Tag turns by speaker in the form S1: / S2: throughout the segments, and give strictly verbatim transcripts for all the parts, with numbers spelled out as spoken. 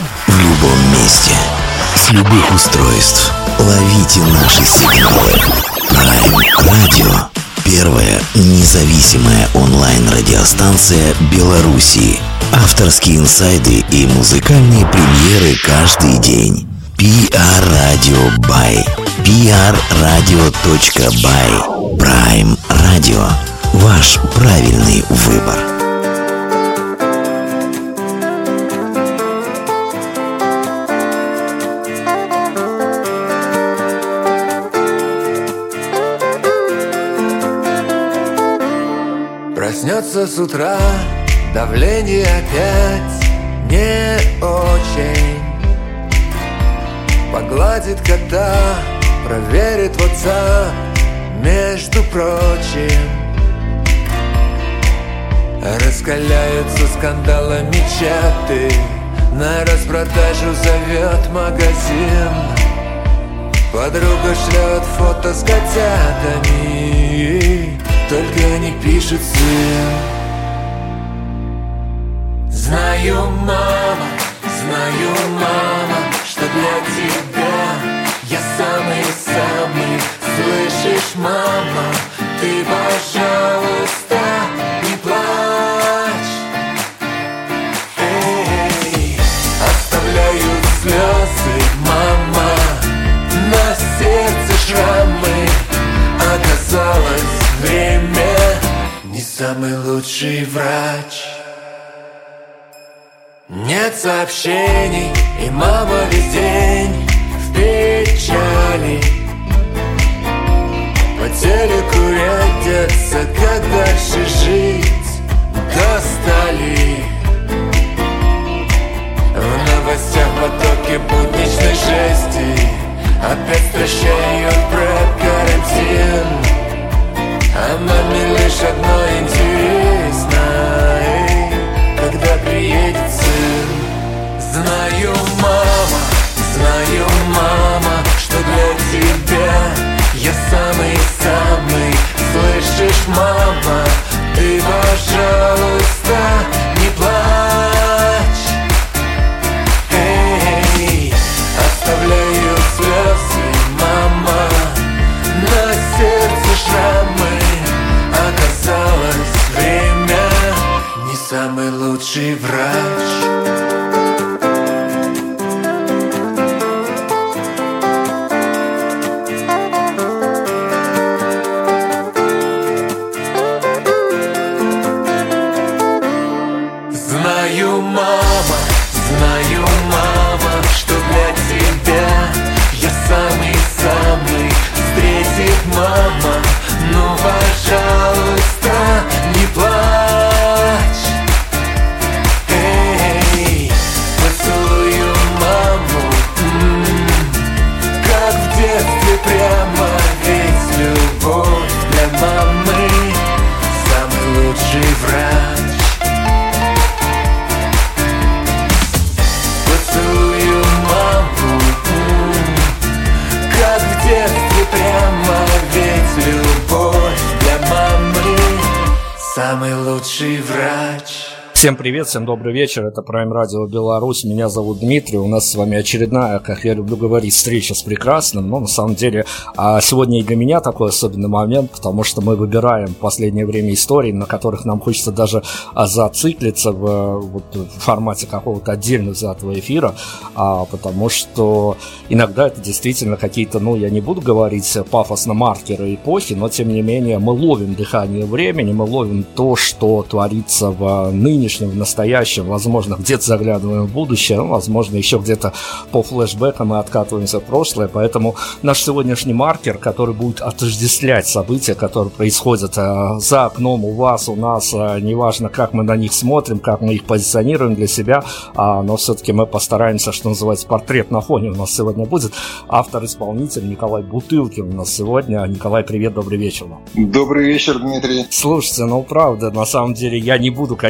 S1: В любом месте, с любых устройств. Ловите наши сигналы. Prime Radio. Первая независимая онлайн-радиостанция Беларуси. Авторские инсайды и музыкальные премьеры каждый день. пи ар Radio by пи ар радио точка бай. Prime Radio. Ваш правильный выбор.
S2: Проснется с утра, давление опять не очень. Погладит кота, проверит WhatsApp, между прочим. Раскаляются скандалами чаты, на распродажу зовет магазин. Подруга шлет фото с котятами, только не пишет сын. Знаю, мама, знаю, мама, что для тебя я самый-самый. Слышишь, мама, ты, пожалуйста, не плачь. Эй, оставляю слезы, мама, на сердце шрамы. Оказалось, время не самый лучший врач. Нет сообщений, и мама весь день в печали. По телеку рядятся, как дальше жить, достали. В новостях потоке будничной жести, опять стращают про карантин. А маме лишь одно интересно: когда приедет сын. Знаю, мама, знаю, мама, что для тебя я самый-самый. Слышишь, мама, ты, пожалуйста, не плачь. Эй, оставляю слезы, мама, на сердце шрамы. Оказалось, время не самый лучший врач. Знаю, мама, знаю, мама, что для тебя я самый-самый. Встретит мама, ну, пожалуйста, не плачь. Эй, поцелую маму, м-м, как в детстве прямо. Ведь любовь для мамы самый лучший врач. Поцелую маму, м-м, как в детстве прямо. Ведь любовь для мамы самый лучший врач.
S3: Всем привет, всем добрый вечер, это Prime Radio Беларусь, меня зовут Дмитрий, у нас с вами очередная, как я люблю говорить, встреча с прекрасным, но на самом деле сегодня и для меня такой особенный момент, потому что мы выбираем в последнее время истории, на которых нам хочется даже зациклиться в, вот, в формате какого-то отдельно взятого эфира, потому что иногда это действительно какие-то, ну я не буду говорить пафосно маркеры эпохи, но тем не менее мы ловим дыхание времени, мы ловим то, что творится в нынешнем, в настоящем, возможно, где-то заглядываем в будущее, ну, возможно, еще где-то по флешбекам мы откатываемся в прошлое, поэтому наш сегодняшний маркер, который будет отождествлять события, которые происходят а, за окном у вас, у нас, а, неважно, как мы на них смотрим, как мы их позиционируем для себя, а, но все-таки мы постараемся, что называется, портрет на фоне у нас сегодня будет. Автор-исполнитель Николай Бутылкин у нас сегодня. Николай, привет, добрый вечер.
S4: Добрый вечер, Дмитрий.
S3: Слушайте, ну правда, на самом деле я не буду, конечно, рассказывать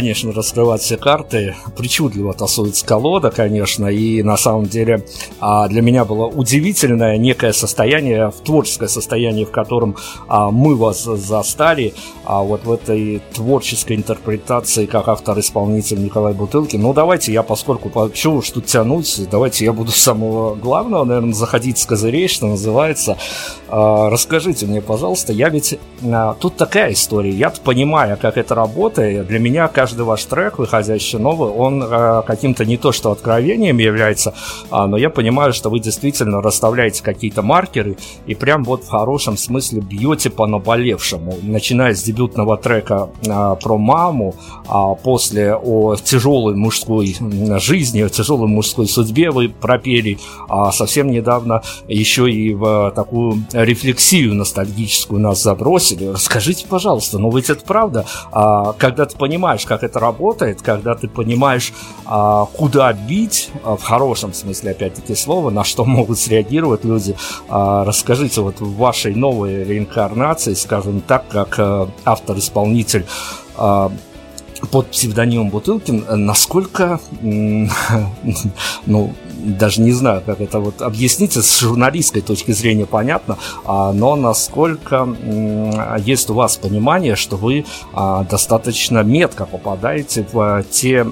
S3: раскрывать все карты. Причудливо тасуется колода, конечно, и на самом деле для меня было удивительное некое состояние, творческое состояние, в котором мы вас застали, а вот в этой творческой интерпретации как автор-исполнитель Николай Бутылкин. Ну, давайте я, поскольку чего уж тут тянуть, давайте я буду с самого главного, наверное, заходить с козырей, что называется. Расскажите мне, пожалуйста, я ведь... Тут такая история, я-то понимаю, как это работает. Для меня каждый ваш трек, выходящий новый, он каким-то не то что откровением является, но я понимаю, что вы действительно расставляете какие-то маркеры и прям вот в хорошем смысле бьете по наболевшему. Начиная с дебютного трека про маму, а после о тяжелой мужской жизни, о тяжелой мужской судьбе вы пропели, а совсем недавно еще и в такую рефлексию ностальгическую нас забросили. Расскажите, пожалуйста, ну ведь это правда, когда ты понимаешь, как это работает, когда ты понимаешь, куда бить, в хорошем смысле, опять-таки, слова, на что могут среагировать люди, расскажите вот в вашей новой реинкарнации, скажем так, как автор-исполнитель под псевдонимом Бутылкин, насколько, ну, даже не знаю, как это вот объяснить, с журналистской точки зрения понятно, но насколько есть у вас понимание, что вы достаточно метко попадаете в те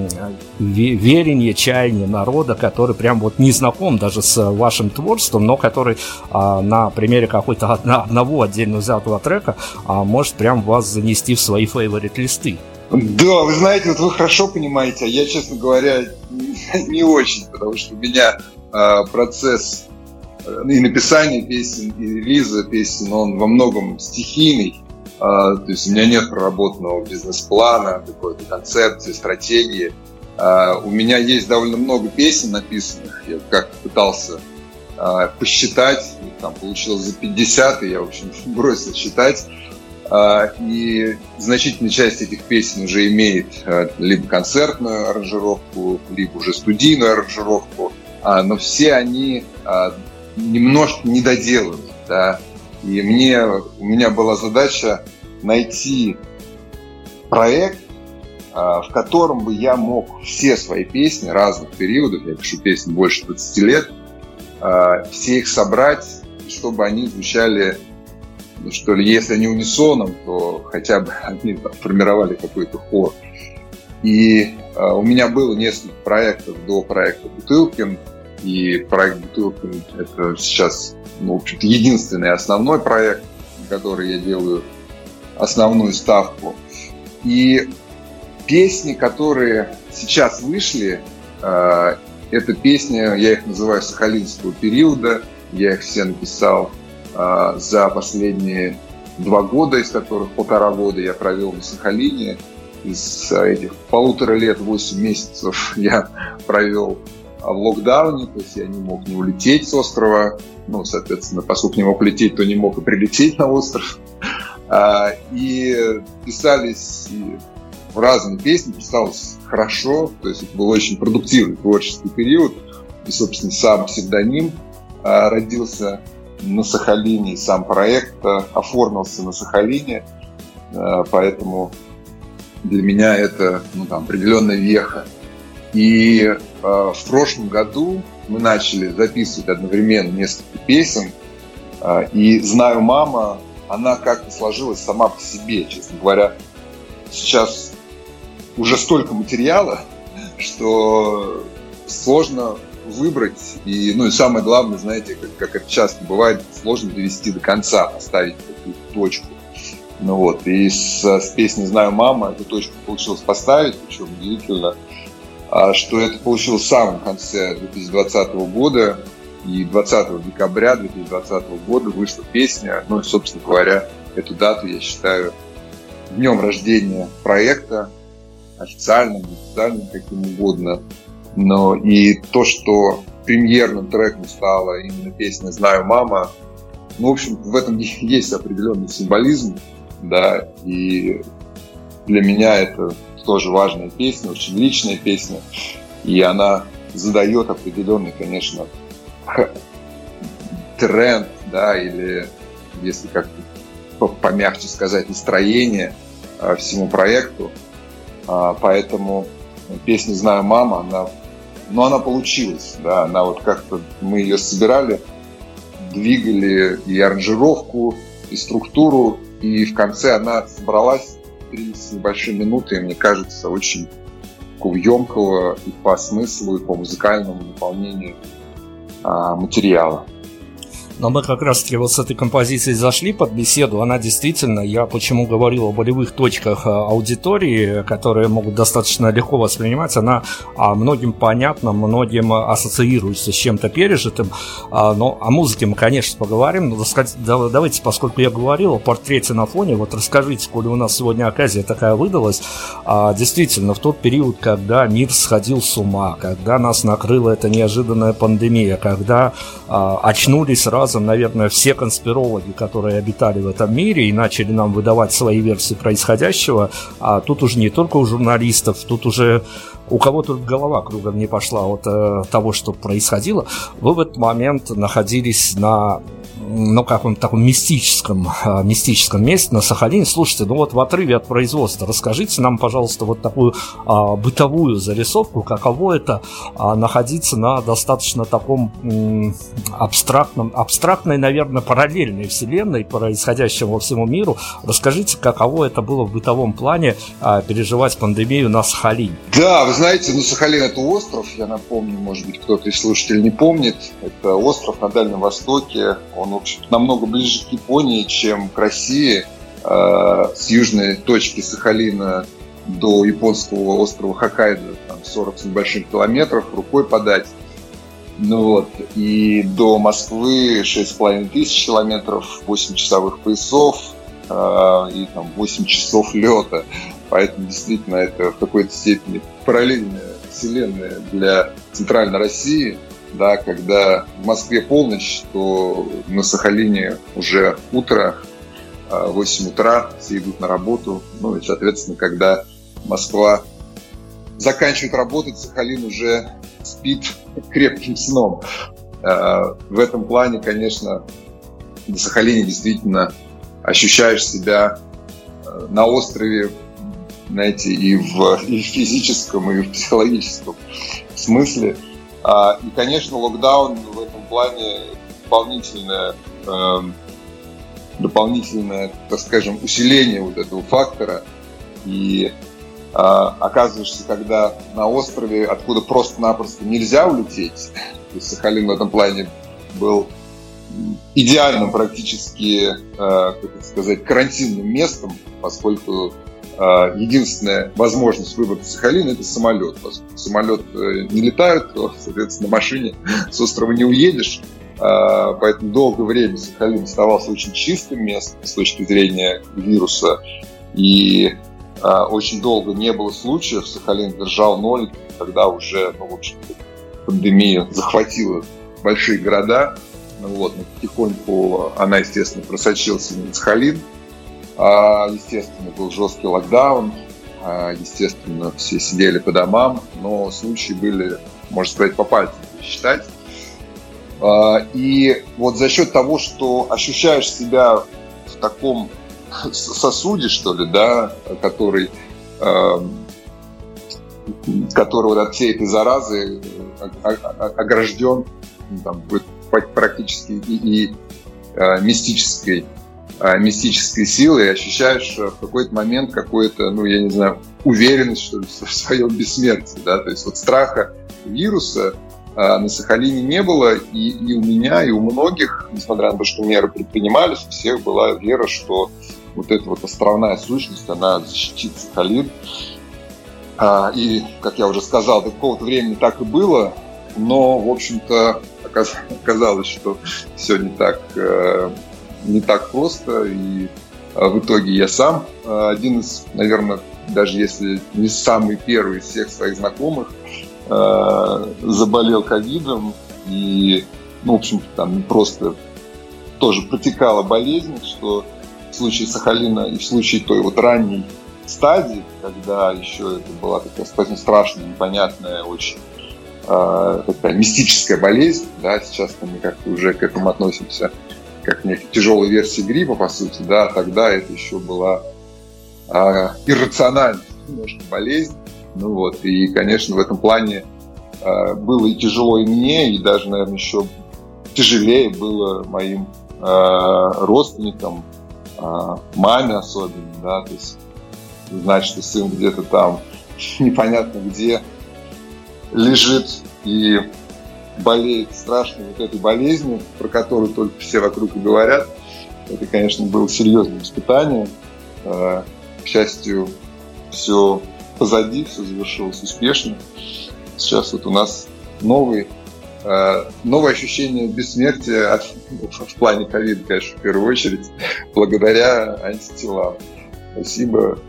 S3: верения, чаяния народа, который прям вот не знаком даже с вашим творчеством, но который на примере какой-то одного отдельно взятого трека может прям вас занести в свои фейворит-листы.
S4: Да, вы знаете, вот вы хорошо понимаете, а я, честно говоря, не очень, потому что у меня э, процесс э, и написания песен, и релиза песен, он во многом стихийный, э, то есть у меня нет проработанного бизнес-плана, какой-то концепции, стратегии. Э, у меня есть довольно много песен написанных, я как-то пытался э, посчитать, там получилось за пятьдесят, и я, в общем, бросил считать. И значительная часть этих песен уже имеет либо концертную аранжировку, либо уже студийную аранжировку, но все они немножко недоделаны, да? И мне, у меня была задача найти проект, в котором бы я мог все свои песни разных периодов, я пишу песни больше двадцати лет, все их собрать, чтобы они звучали, ну, что ли, если не унисоном, то хотя бы они формировали какой-то хор. И э, у меня было несколько проектов до проекта Бутылкин, и проект Бутылкин — это сейчас, ну, в общем-то, единственный основной проект, на который я делаю основную ставку. И песни, которые сейчас вышли, э, это песни, я их называю сахалинского периода, я их все написал за последние два года, из которых полтора года я провел на Сахалине. Из этих полутора лет восемь месяцев я провел в локдауне, то есть я не мог не улететь с острова. Ну, соответственно, поскольку не мог лететь, то не мог и прилететь на остров. И писались разные песни, писалось хорошо, то есть это был очень продуктивный творческий период. И, собственно, сам псевдоним родился на Сахалине, сам проект оформился на Сахалине, поэтому для меня это, ну, там, определенная веха. И э, в прошлом году мы начали записывать одновременно несколько песен, э, и «Знаю, мама», она как-то сложилась сама по себе, честно говоря. Сейчас уже столько материала, что сложно выбрать, и, ну, и самое главное, знаете, как, как это часто бывает, сложно довести до конца, поставить какую-то точку. Ну вот, и с, с песней «Знаю, мама» эту точку получилось поставить, причем удивительно, что это получилось в самом конце две тысячи двадцатого года, и двадцатого декабря две тысячи двадцатого года вышла песня, ну и, собственно говоря, эту дату я считаю днем рождения проекта, официальным, неофициальным, каким угодно. Но и то, что премьерным треком стала именно песня «Знаю, мама», ну, в общем, в этом есть определенный символизм, да, и для меня это тоже важная песня, очень личная песня, и она задает определенный, конечно, тренд, да, или, если как-то помягче сказать, настроение всему проекту. Поэтому песня «Знаю, мама», она, ну, она получилась, да, она вот как-то, мы ее собирали, двигали и аранжировку, и структуру, и в конце она собралась три с небольшой минуты, и мне кажется, очень такого емкого и по смыслу, и по музыкальному наполнению а, материала.
S3: Но мы как раз-таки вот с этой композицией зашли под беседу. Она действительно, я почему говорил о болевых точках аудитории, которые могут достаточно легко воспринимать, она многим понятна, многим ассоциируется с чем-то пережитым. Но о музыке мы, конечно, поговорим. Но давайте, поскольку я говорил о портрете на фоне, вот расскажите, коли у нас сегодня оказия такая выдалась, действительно, в тот период, когда мир сходил с ума, когда нас накрыла эта неожиданная пандемия, когда очнулись раз наверное, все конспирологи, которые обитали в этом мире и начали нам выдавать свои версии происходящего, а тут уже не только у журналистов, тут уже у кого только голова кругом не пошла от э, того, что происходило, вы в этот момент находились на, ну, каком-то таком мистическом, э, мистическом месте на Сахалине. Слушайте, ну вот в отрыве от производства расскажите нам, пожалуйста, вот такую э, бытовую зарисовку, каково это э, находиться на достаточно таком э, абстрактном, абстрактной, наверное, параллельной вселенной, происходящей во всему миру. Расскажите, каково это было в бытовом плане э, переживать пандемию на Сахалине.
S4: Да, вы знаете, ну, Сахалин – это остров, я напомню, может быть, кто-то из слушателей не помнит. Это остров на Дальнем Востоке, он, в общем, намного ближе к Японии, чем к России. С южной точки Сахалина до японского острова Хоккайдо там сорок с небольшим километров, рукой подать. Ну вот, и до Москвы шесть с половиной тысяч километров, восемь часовых поясов и там восемь часов лета. Поэтому действительно это в какой-то степени параллельная вселенная для Центральной России. Да, когда в Москве полночь, то на Сахалине уже утро, восемь утра, все идут на работу. Ну и, соответственно, когда Москва заканчивает работать, Сахалин уже спит крепким сном. В этом плане, конечно, на Сахалине действительно ощущаешь себя на острове, знаете, и в, и в физическом, и в психологическом смысле. А, и, конечно, локдаун в этом плане дополнительное, э, дополнительное, так скажем, усиление вот этого фактора. И э, оказываешься, когда на острове, откуда просто-напросто нельзя улететь, то есть Сахалин в этом плане был идеальным практически, э, как это сказать, карантинным местом, поскольку единственная возможность выбрать Сахалин – это самолет. Поскольку самолет не летает, то, соответственно, на машине с острова не уедешь. Поэтому долгое время Сахалин оставался очень чистым местом с точки зрения вируса. И очень долго не было случаев. Сахалин держал ноль, когда уже, ну, в общем-то, пандемия захватила большие города. Ну, вот, но потихоньку она, естественно, просочилась на Сахалин. Естественно, был жесткий локдаун, естественно, все сидели по домам, но случаи были, можно сказать, по пальцам считать. И вот за счет того, что ощущаешь себя в таком сосуде, что ли, да, который, который вот от всей этой заразы огражден там, практически и, и мистической мистической силы, и ощущаешь в какой-то момент какую-то, ну, я не знаю, уверенность, что ли, в своем бессмертии, да, то есть вот страха вируса а, на Сахалине не было, и, и у меня, и у многих, несмотря на то, что меры предпринимались, у всех была вера, что вот эта вот островная сущность, она защитит Сахалин. А, и, как я уже сказал, до какого-то времени так и было, но, в общем-то, оказалось, что все не так не так просто, и в итоге я сам один из, наверное, даже если не самый первый из всех своих знакомых, заболел ковидом, и, ну, в общем-то, там просто тоже протекала болезнь, что в случае Сахалина и в случае той вот ранней стадии, когда еще это была такая страшная, непонятная, очень э, такая мистическая болезнь, да, сейчас мы как-то уже к этому относимся как некой тяжелой версии гриппа, по сути, да, тогда это еще была э, иррациональность, немножко болезнь. Ну вот, и, конечно, в этом плане э, было и тяжело и мне, и даже, наверное, еще тяжелее было моим э, родственникам, э, маме особенно, да, то есть знать, что сын где-то там непонятно где лежит и болеет страшной вот этой болезнью, про которую только все вокруг и говорят. Это, конечно, было серьезным испытанием. К счастью, все позади, все завершилось успешно. Сейчас вот у нас новый, новое ощущение бессмертия в плане ковида, конечно, в первую очередь, благодаря антителам. Спасибо.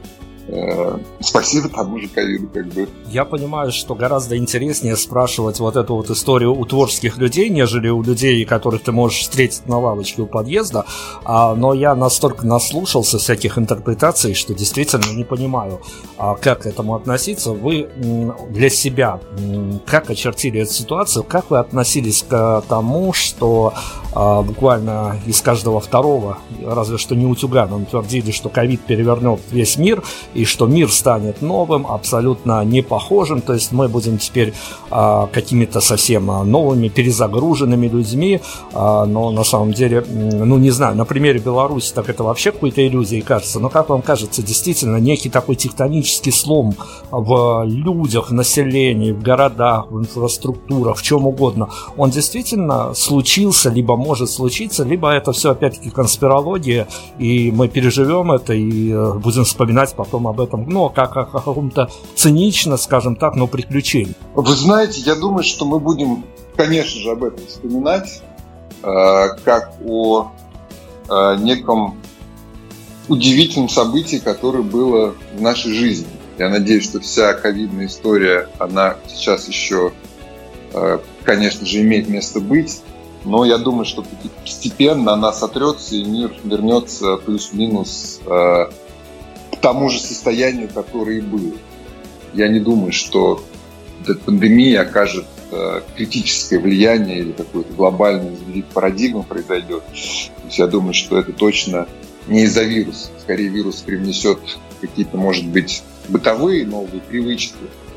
S4: Спасибо тому же ковиду, как бы.
S3: Я понимаю, что гораздо интереснее спрашивать вот эту вот историю у творческих людей, нежели у людей, которых ты можешь встретить на лавочке у подъезда, а, но я настолько наслушался всяких интерпретаций, что действительно не понимаю, а, как к этому относиться. Вы для себя как очертили эту ситуацию, как вы относились к тому, что а, буквально из каждого второго, разве что не утюга, нам твердили, что ковид перевернет весь мир, и что мир станет новым, абсолютно не похожим, то есть мы будем теперь а, какими-то совсем а, новыми, перезагруженными людьми, а, но на самом деле, ну не знаю, на примере Беларуси так это вообще какой-то иллюзией кажется, но как вам кажется, действительно некий такой тектонический слом в людях, в населении, в городах, в инфраструктурах, в чем угодно, он действительно случился, либо может случиться, либо это все опять-таки конспирология, и мы переживем это и будем вспоминать потом об этом, ну, как о каком-то цинично, скажем так, но приключении.
S4: Вы знаете, я думаю, что мы будем, конечно же, об этом вспоминать, э, как о э, неком удивительном событии, которое было в нашей жизни. Я надеюсь, что вся ковидная история, она сейчас еще, э, конечно же, имеет место быть, но я думаю, что постепенно она сотрется, и мир вернется плюс-минус э, к тому же состоянию, которое и было. Я не думаю, что эта пандемия окажет э, критическое влияние или какой-то глобальный сдвиг парадигмы произойдет. То есть я думаю, что это точно не из-за вируса. Скорее, вирус привнесет какие-то, может быть, бытовые новые привычки,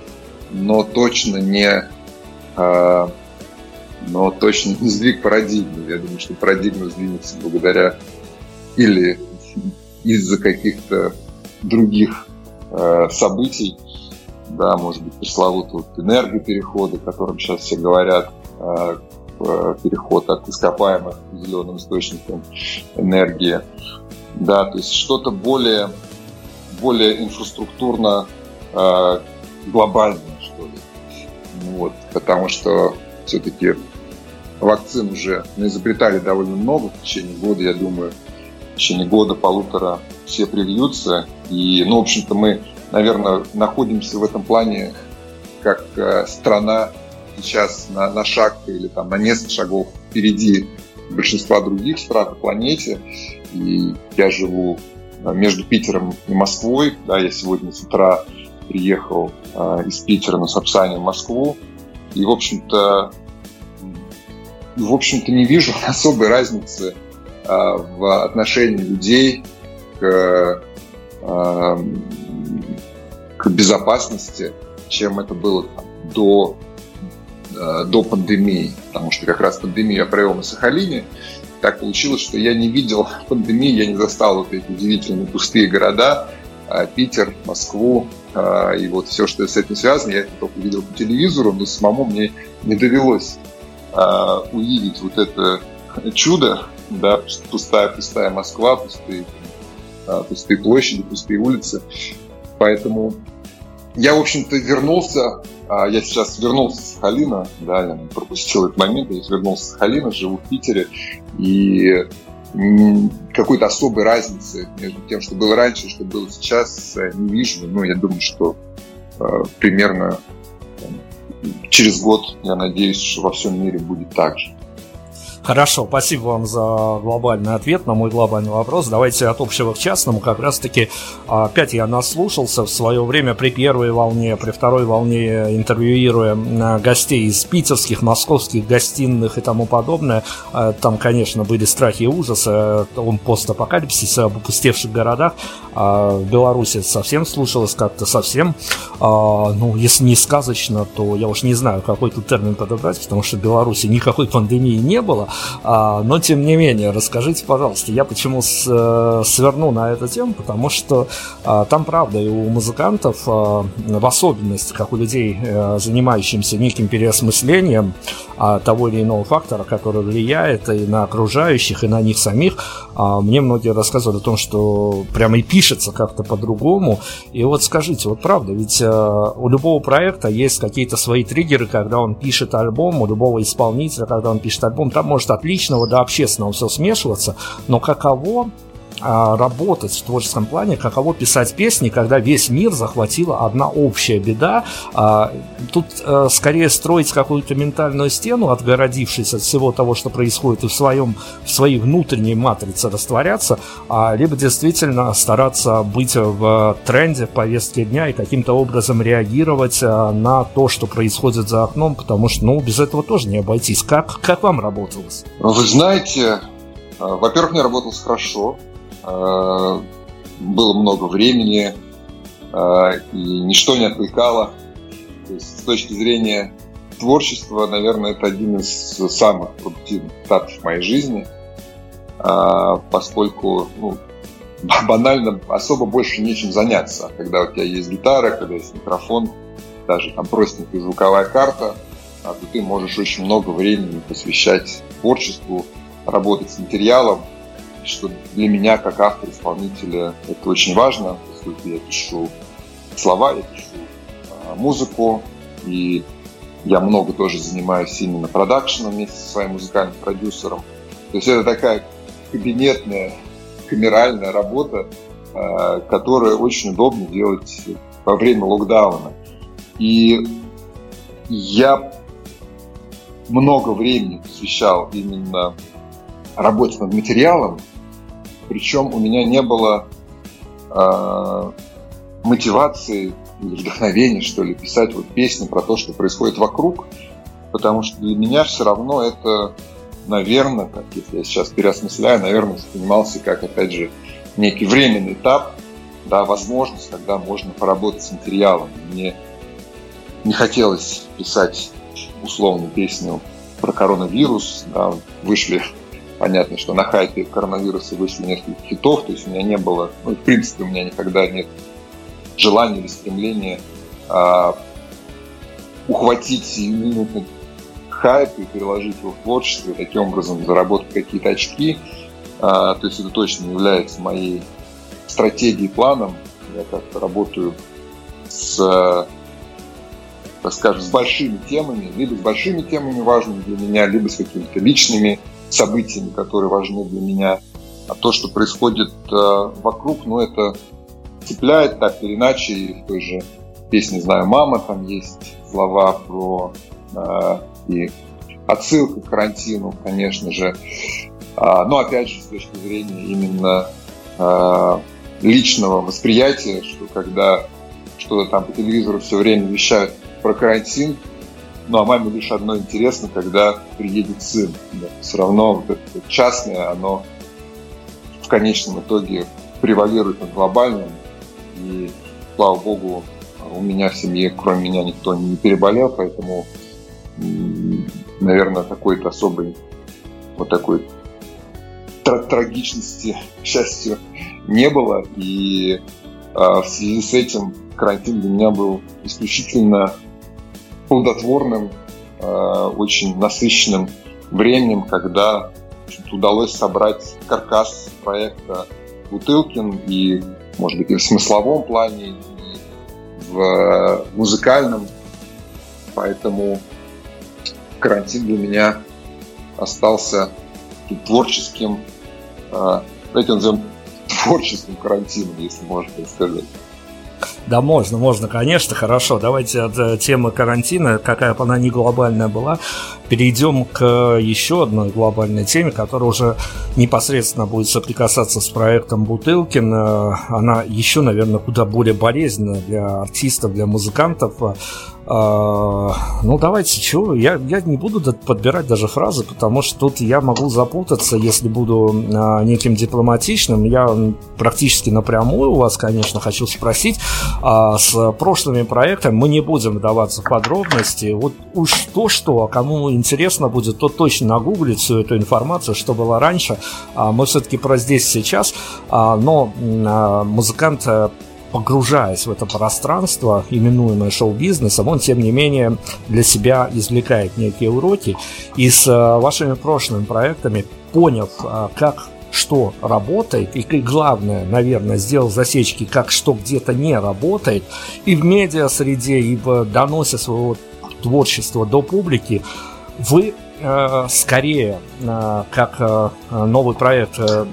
S4: но точно не, э, но точно не сдвиг парадигмы. Я думаю, что парадигма сдвинется благодаря или из-за каких-то других э, событий, да, может быть, пресловутого вот энергоперехода, о котором сейчас все говорят, э, переход от ископаемых к зеленым источникам энергии, да, то есть что-то более, более инфраструктурно э, глобальное, что ли, вот, потому что все-таки вакцин уже изобретали довольно много в течение года, я думаю, в течение года, полутора все привьются. И, ну, в общем-то, мы, наверное, находимся в этом плане как э, страна сейчас на, на шаг или там, на несколько шагов впереди большинства других стран на планете. И я живу между Питером и Москвой. Да, я сегодня с утра приехал э, из Питера на Сапсане в Москву. И, в общем-то, в общем-то, не вижу особой разницы в отношении людей к, к безопасности, чем это было там, до, до пандемии. Потому что как раз пандемию я провел на Сахалине. Так получилось, что я не видел пандемии, я не застал вот эти удивительные пустые города, Питер, Москву, и вот все, что с этим связано, я это только видел по телевизору, но самому мне не довелось увидеть вот это чудо, да, пустая, пустая Москва, пустые, пустые площади, пустые улицы. Поэтому я, в общем-то, вернулся, я сейчас вернулся с Сахалина, да, я пропустил этот момент, я вернулся с Сахалина, живу в Питере, и какой-то особой разницы между тем, что было раньше и что было сейчас, не вижу. Ну, я думаю, что примерно через год, я надеюсь, что во всем мире будет так же.
S3: Хорошо, спасибо вам за глобальный ответ на мой глобальный вопрос. Давайте от общего к частному. Как раз-таки опять я наслушался в свое время при первой волне, при второй волне, интервьюируя гостей из питерских, московских гостиных и тому подобное. Там, конечно, были страхи и ужасы, он постапокалипсис об опустевших городах. В Беларуси совсем слушалось как-то совсем, ну, если не сказочно, то я уж не знаю, какой тут термин подобрать, потому что в Беларуси никакой пандемии не было. А, но тем не менее, расскажите, пожалуйста, я почему с, э, сверну на эту тему, потому что а, там, правда, и у музыкантов, а, в особенности, как у людей, а, занимающихся неким переосмыслением а, того или иного фактора, который влияет и на окружающих, и на них самих, а, мне многие рассказывали о том, что прямо и пишется как-то по-другому. И вот скажите, вот правда, ведь а, у любого проекта есть какие-то свои триггеры, когда он пишет альбом, у любого исполнителя, когда он пишет альбом, там может от личного до общественного все смешиваться, но каково а, работать в творческом плане, каково писать песни, когда весь мир захватила одна общая беда. А, тут а, скорее строить какую-то ментальную стену, отгородившись от всего того, что происходит, и в, своем, в своей внутренней матрице растворяться, а, либо действительно стараться быть в тренде, в повестке дня и каким-то образом реагировать а, на то, что происходит за окном, потому что, ну, без этого тоже не обойтись. Как, как вам работалось?
S4: Вы знаете, во-первых, мне работалось хорошо. Было много времени, и ничто не отвлекало. То есть, с точки зрения творчества, наверное, это один из самых продуктивных этапов в моей жизни, поскольку, ну, банально особо больше нечем заняться. Когда у тебя есть гитара, когда есть микрофон, даже там простенькая звуковая карта, то ты можешь очень много времени посвящать творчеству, работать с материалом, что для меня, как автора-исполнителя, это очень важно, поскольку я пишу слова, я пишу а, музыку, и я много тоже занимаюсь именно продакшеном вместе со своим музыкальным продюсером. То есть это такая кабинетная, камеральная работа, а, которую очень удобно делать во время локдауна. И я много времени посвящал именно работе над материалом, причем у меня не было э, мотивации или вдохновения, что ли, писать вот песни про то, что происходит вокруг, потому что для меня все равно это, наверное, как если я сейчас переосмысляю, наверное, воспринимался как, опять же, некий временный этап, да, возможность, когда можно поработать с материалом. Мне не хотелось писать условно песню про коронавирус, да, вышли. Понятно, что на хайпе коронавируса вышли несколько хитов, то есть у меня не было, ну, в принципе, у меня никогда нет желания или стремления а, ухватить сиюминутный хайп и переложить его в творчество, и таким образом заработать какие-то очки. А, то есть это точно не является моей стратегией, планом. Я как-то работаю с, так скажем, с большими темами, либо с большими темами важными для меня, либо с какими-то личными событиями, которые важны для меня. А то, что происходит э, вокруг, ну, это цепляет так или иначе. И в той же песне «Знаю, мама» там есть слова про э, и отсылка к карантину, конечно же. А, но опять же, с точки зрения именно э, личного восприятия, что когда что-то там по телевизору все время вещают про карантин, ну, а маме лишь одно интересно, когда приедет сын. Да. Все равно вот это частное, оно в конечном итоге превалирует над глобальным. И, слава богу, у меня в семье, кроме меня, никто не переболел, поэтому, наверное, какой-то особой вот такой тр- трагичности, к счастью, не было. И а, в связи с этим карантин для меня был исключительно плодотворным, э, очень насыщенным временем, когда удалось собрать каркас проекта Бутылкин и, может быть, и в смысловом плане, и в музыкальном. Поэтому карантин для меня остался творческим, э, давайте назовем творческим карантином, если можно так сказать.
S3: Да, можно, можно, конечно, хорошо. Давайте от темы карантина, какая бы она ни глобальная была, перейдем к еще одной глобальной теме, которая уже непосредственно будет соприкасаться с проектом Бутылкин. Она еще, наверное, куда более болезненна для артистов, для музыкантов. Ну, давайте, чего? Я, я не буду подбирать даже фразы, потому что тут я могу запутаться, если буду а, неким дипломатичным. Я практически напрямую у вас, конечно, хочу спросить. А, с прошлыми проектами мы не будем вдаваться в подробности. Вот уж то-что, а кому интересно будет, тот точно нагуглит всю эту информацию, что было раньше. А, мы все-таки про здесь сейчас. А, но а, музыкант... погружаясь в это пространство, именуемое шоу-бизнесом, он, тем не менее, для себя извлекает некие уроки. И с а, вашими прошлыми проектами, поняв, а, как что работает, и, и главное, наверное, сделал засечки, как что где-то не работает, и в медиа-среде, и в доносе своего творчества до публики, вы э, скорее, э, как э, новый проект, э,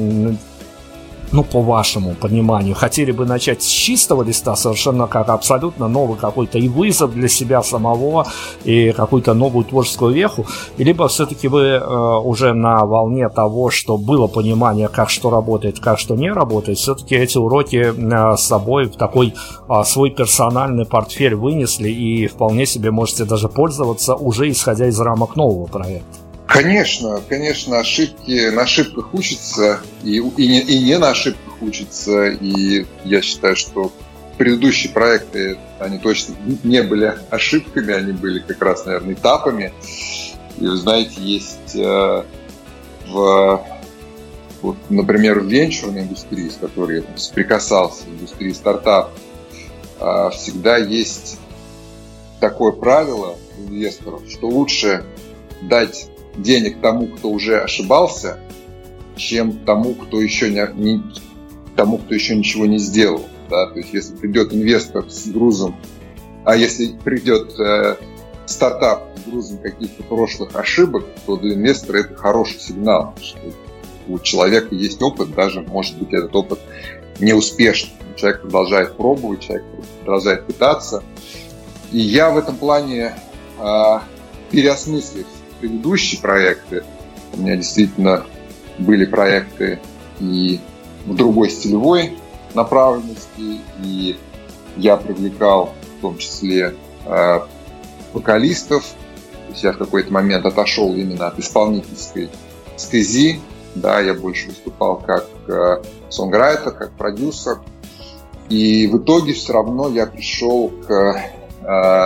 S3: ну, по вашему пониманию, хотели бы начать с чистого листа, совершенно как абсолютно новый какой-то и вызов для себя самого, и какую-то новую творческую веху, либо все-таки вы э, уже на волне того, что было понимание, как что работает, как что не работает, все-таки эти уроки э, с собой в такой э, свой персональный портфель вынесли и вполне себе можете даже пользоваться, уже исходя из рамок нового проекта.
S4: Конечно, конечно, ошибки, на ошибках учатся, и, и, не, и не на ошибках учатся, и я считаю, что предыдущие проекты, они точно не были ошибками, они были как раз, наверное, этапами. И вы знаете, есть э, в, вот, например, в венчурной индустрии, с которой я соприкасался, в индустрии стартапов, э, всегда есть такое правило инвесторов, что лучше дать денег тому, кто уже ошибался, чем тому, кто еще не, не тому, кто еще ничего не сделал. Да? То есть, если придет инвестор с грузом, а если придет э, стартап с грузом каких-то прошлых ошибок, то для инвестора это хороший сигнал, что у человека есть опыт, даже, может быть, этот опыт неуспешный. Человек продолжает пробовать, человек продолжает пытаться. И я в этом плане, э, переосмыслив предыдущие проекты, у меня действительно были проекты и в другой стилевой направленности, и я привлекал в том числе э, вокалистов. То есть я в какой-то момент отошел именно от исполнительской стези, да, я больше выступал как э, сонграйтер, как продюсер, и в итоге все равно я пришел к, э,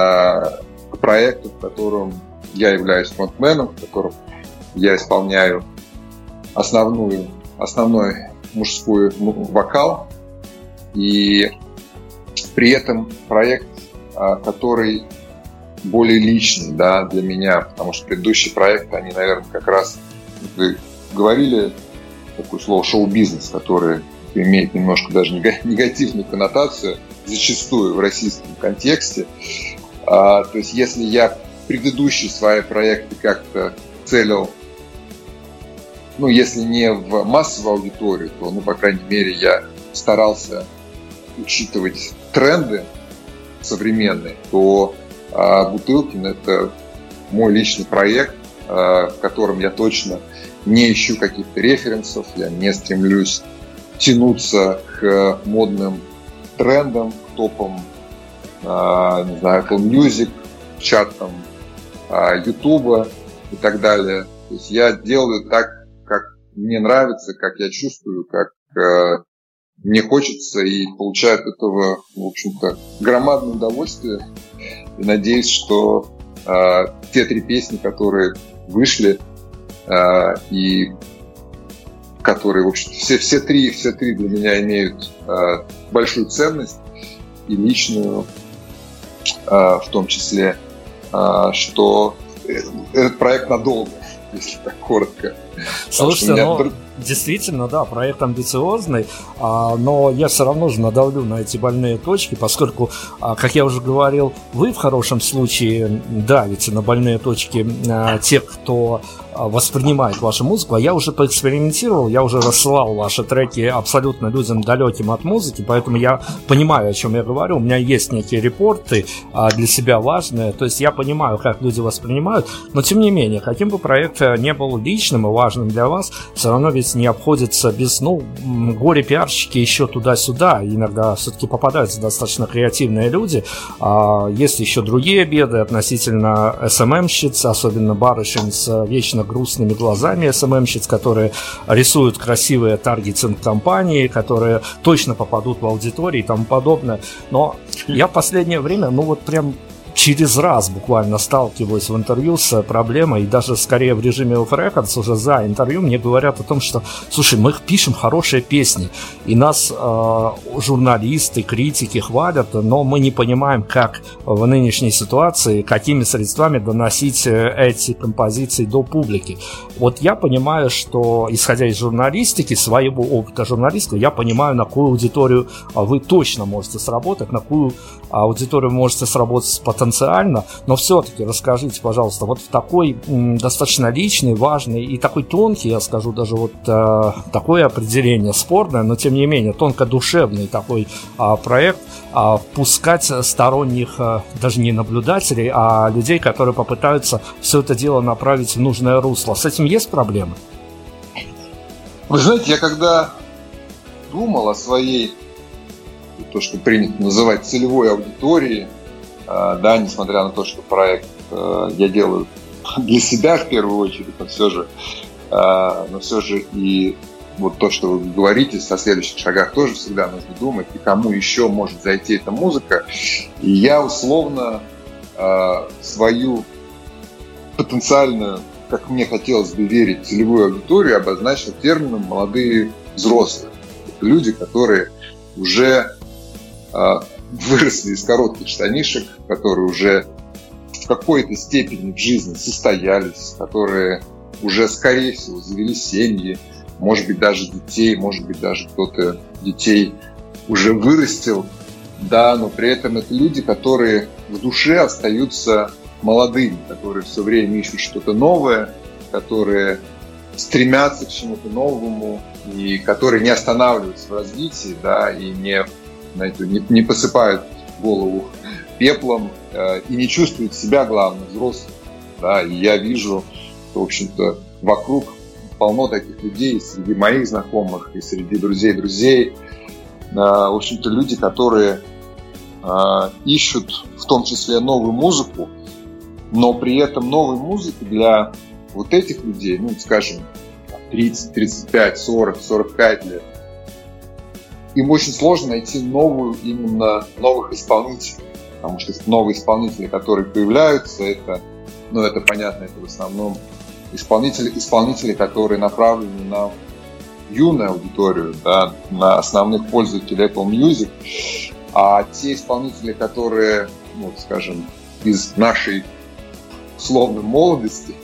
S4: к проекту, в котором я являюсь фронтменом, в котором я исполняю основную, основной мужской вокал. И при этом проект, который более личный, да, для меня, потому что предыдущие проекты, они, наверное, как раз, вы говорили такое слово шоу-бизнес, которое имеет немножко даже негативную коннотацию, зачастую в российском контексте. То есть если я предыдущие свои проекты как-то целил, ну, если не в массовую аудиторию, то, ну, по крайней мере, я старался учитывать тренды современные, то а, Бутылкин — это мой личный проект, а, в котором я точно не ищу каких-то референсов, я не стремлюсь тянуться к модным трендам, к топам, а, не знаю, Apple Music, чатам Ютуба и так далее. То есть я делаю так, как мне нравится, как я чувствую, как э, мне хочется, и получаю от этого, в общем-то, громадное удовольствие. И надеюсь, что э, те три песни, которые вышли, э, и которые, в общем, все, все, три, все три для меня имеют э, большую ценность, и личную э, в том числе, что этот проект надолго. если так коротко.
S3: Слушайте, меня... ну, действительно, да, проект амбициозный, а, но я все равно же надавлю на эти больные точки, поскольку, а, как я уже говорил, вы в хорошем случае давите на больные точки а, тех, кто а, воспринимает вашу музыку, а я уже поэкспериментировал, я уже рассылал ваши треки абсолютно людям далеким от музыки, поэтому я понимаю, о чем я говорю, у меня есть некие репорты а, для себя важные, то есть я понимаю, как люди воспринимают, но тем не менее, каким бы проект не был личным и важным для вас, все равно ведь не обходится без, ну, горе-пиарщики еще туда-сюда, иногда все-таки попадаются достаточно креативные люди, а есть еще другие беды относительно эс эм эм-щиц, особенно барышень с вечно грустными глазами эс эм эм-щиц, которые рисуют красивые таргетинг-компании, которые точно попадут в аудитории и тому подобное, но я в последнее время, ну вот прям через раз буквально сталкиваюсь в интервью с проблемой, и даже скорее в режиме off records уже за интервью мне говорят о том, что, слушай, мы пишем хорошие песни, и нас э, журналисты, критики хвалят, но мы не понимаем, как в нынешней ситуации, какими средствами доносить эти композиции до публики. Вот я понимаю, что, исходя из журналистики, своего опыта журналистского, я понимаю, на какую аудиторию вы точно можете сработать, на какую аудиторию вы можете сработать потенциально, но все-таки расскажите, пожалуйста, вот в такой м, достаточно личный, важный и такой тонкий, я скажу даже вот э, такое определение спорное, но тем не менее тонко-душевный такой э, проект, э, впускать сторонних, э, даже не наблюдателей, а людей, которые попытаются все это дело направить в нужное русло. С этим есть проблемы?
S4: Вы знаете, я когда думал о своей, то, что принято называть целевой аудиторией, да, несмотря на то, что проект я делаю для себя в первую очередь, но все же, но все же и вот то, что вы говорите, со следующих шагах тоже всегда нужно думать, и кому еще может зайти эта музыка. И я условно свою потенциальную, как мне хотелось бы верить, целевую аудиторию обозначил термином «молодые взрослые». Это люди, которые уже выросли из коротких штанишек, которые уже в какой-то степени в жизни состоялись, которые уже, скорее всего, завели семьи, может быть, даже детей, может быть, даже кто-то детей уже вырастил, да, но при этом это люди, которые в душе остаются молодыми, которые все время ищут что-то новое, которые стремятся к чему-то новому и которые не останавливаются в развитии, да, и не знаете, не, не посыпают голову пеплом э, и не чувствуют себя, главное, взрослым. Да? И я вижу, что, в общем-то, вокруг полно таких людей, среди моих знакомых и среди друзей друзей. Э, в общем-то, люди, которые э, ищут в том числе новую музыку, но при этом новой музыки для вот этих людей, ну, скажем, тридцать, тридцать пять, сорок, сорок пять лет, им очень сложно найти новую, именно новых исполнителей, потому что новые исполнители, которые появляются, это, ну, это понятно, это в основном исполнители, исполнители, которые направлены на юную аудиторию, да, на основных пользователей Apple Music, а те исполнители, которые, ну, скажем, из нашей условной молодости,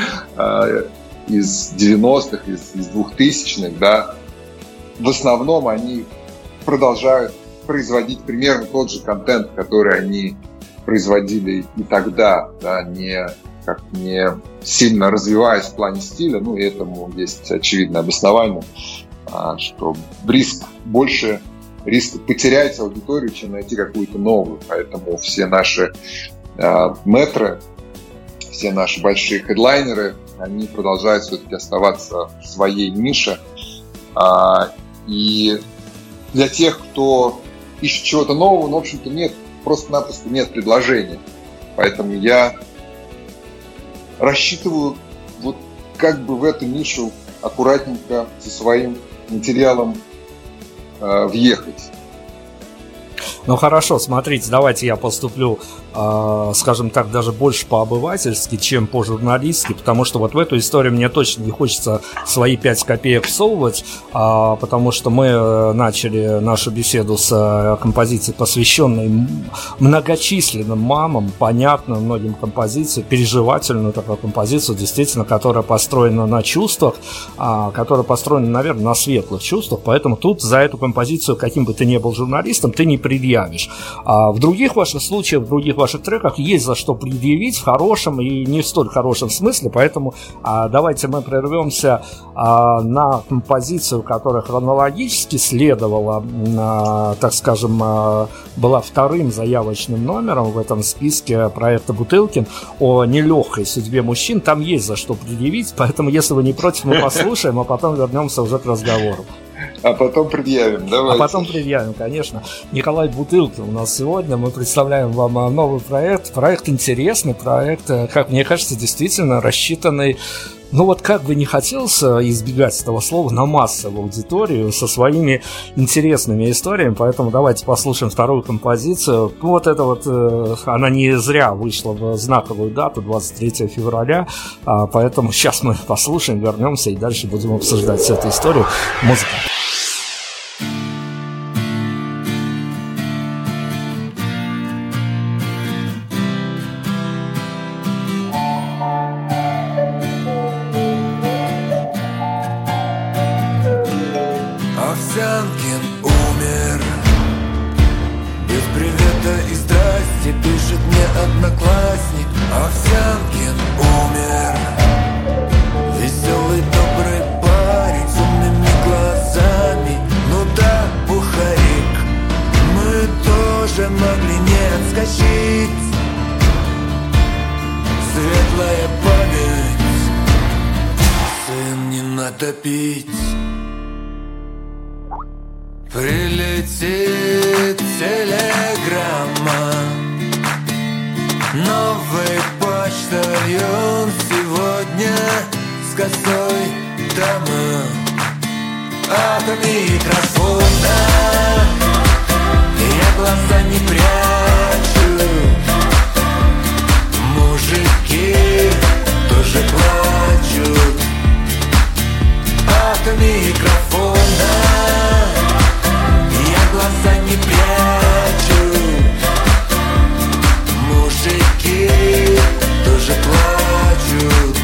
S4: из девяностых, из, из двухтысячных, да, в основном они продолжают производить примерно тот же контент, который они производили и тогда, да, не, как, не сильно развиваясь в плане стиля. Ну, и этому есть очевидное обоснование, что риск больше, риск потерять аудиторию, чем найти какую-то новую. Поэтому все наши э, мэтры, все наши большие хедлайнеры, они продолжают все-таки оставаться в своей нише. А, и для тех, кто ищет чего-то нового, ну, в общем-то, нет, просто-напросто нет предложения. Поэтому я рассчитываю вот как бы в эту нишу аккуратненько со своим материалом э, въехать.
S3: Ну хорошо, смотрите, давайте я поступлю скажем так, даже больше по-обывательски, чем по-журналистски, потому что вот в эту историю мне точно не хочется свои пять копеек всовывать, потому что мы начали нашу беседу с композицией, посвященной многочисленным мамам, понятно, многим композициям, переживательную такую композицию, действительно, которая построена на чувствах, которая построена, наверное, на светлых чувствах, поэтому тут за эту композицию, каким бы ты ни был журналистом, ты не предъявишь. А в других ваших случаях, в других ваших треках есть за что предъявить в хорошем и не в столь хорошем смысле, поэтому а, давайте мы прервемся а, на композицию, которая хронологически следовала, а, так скажем, а, была вторым заявочным номером в этом списке проекта «Бутылкин» о нелегкой судьбе мужчин. Там есть за что предъявить, поэтому, если вы не против, мы послушаем, а потом вернемся уже к разговору.
S4: А потом предъявим, давайте.
S3: А потом предъявим, конечно. Николай Бутылкин у нас сегодня. Мы представляем вам новый проект. Проект интересный, проект, как мне кажется, действительно рассчитанный. Ну вот как бы не хотелось избегать этого слова, на массовую аудиторию со своими интересными историями, поэтому давайте послушаем вторую композицию. Вот это вот, она не зря вышла в знаковую дату, двадцать третьего февраля, поэтому сейчас мы послушаем, вернемся и дальше будем обсуждать всю эту историю. Музыка.
S2: Овсянкин умер. Без привета и здрасте пишет мне одноклассник. Овсянкин умер. Веселый, добрый парень с умными глазами. Ну да, бухарик. Мы тоже могли не отскочить. Светлая память. Сын, не надо пить. Прилетит телеграмма. Новый почтальон сегодня с косой дамы. От микрофона я глаза не прячу. Мужики тоже плачут. От микрофона глаза не прячу. Мужики тоже плачут.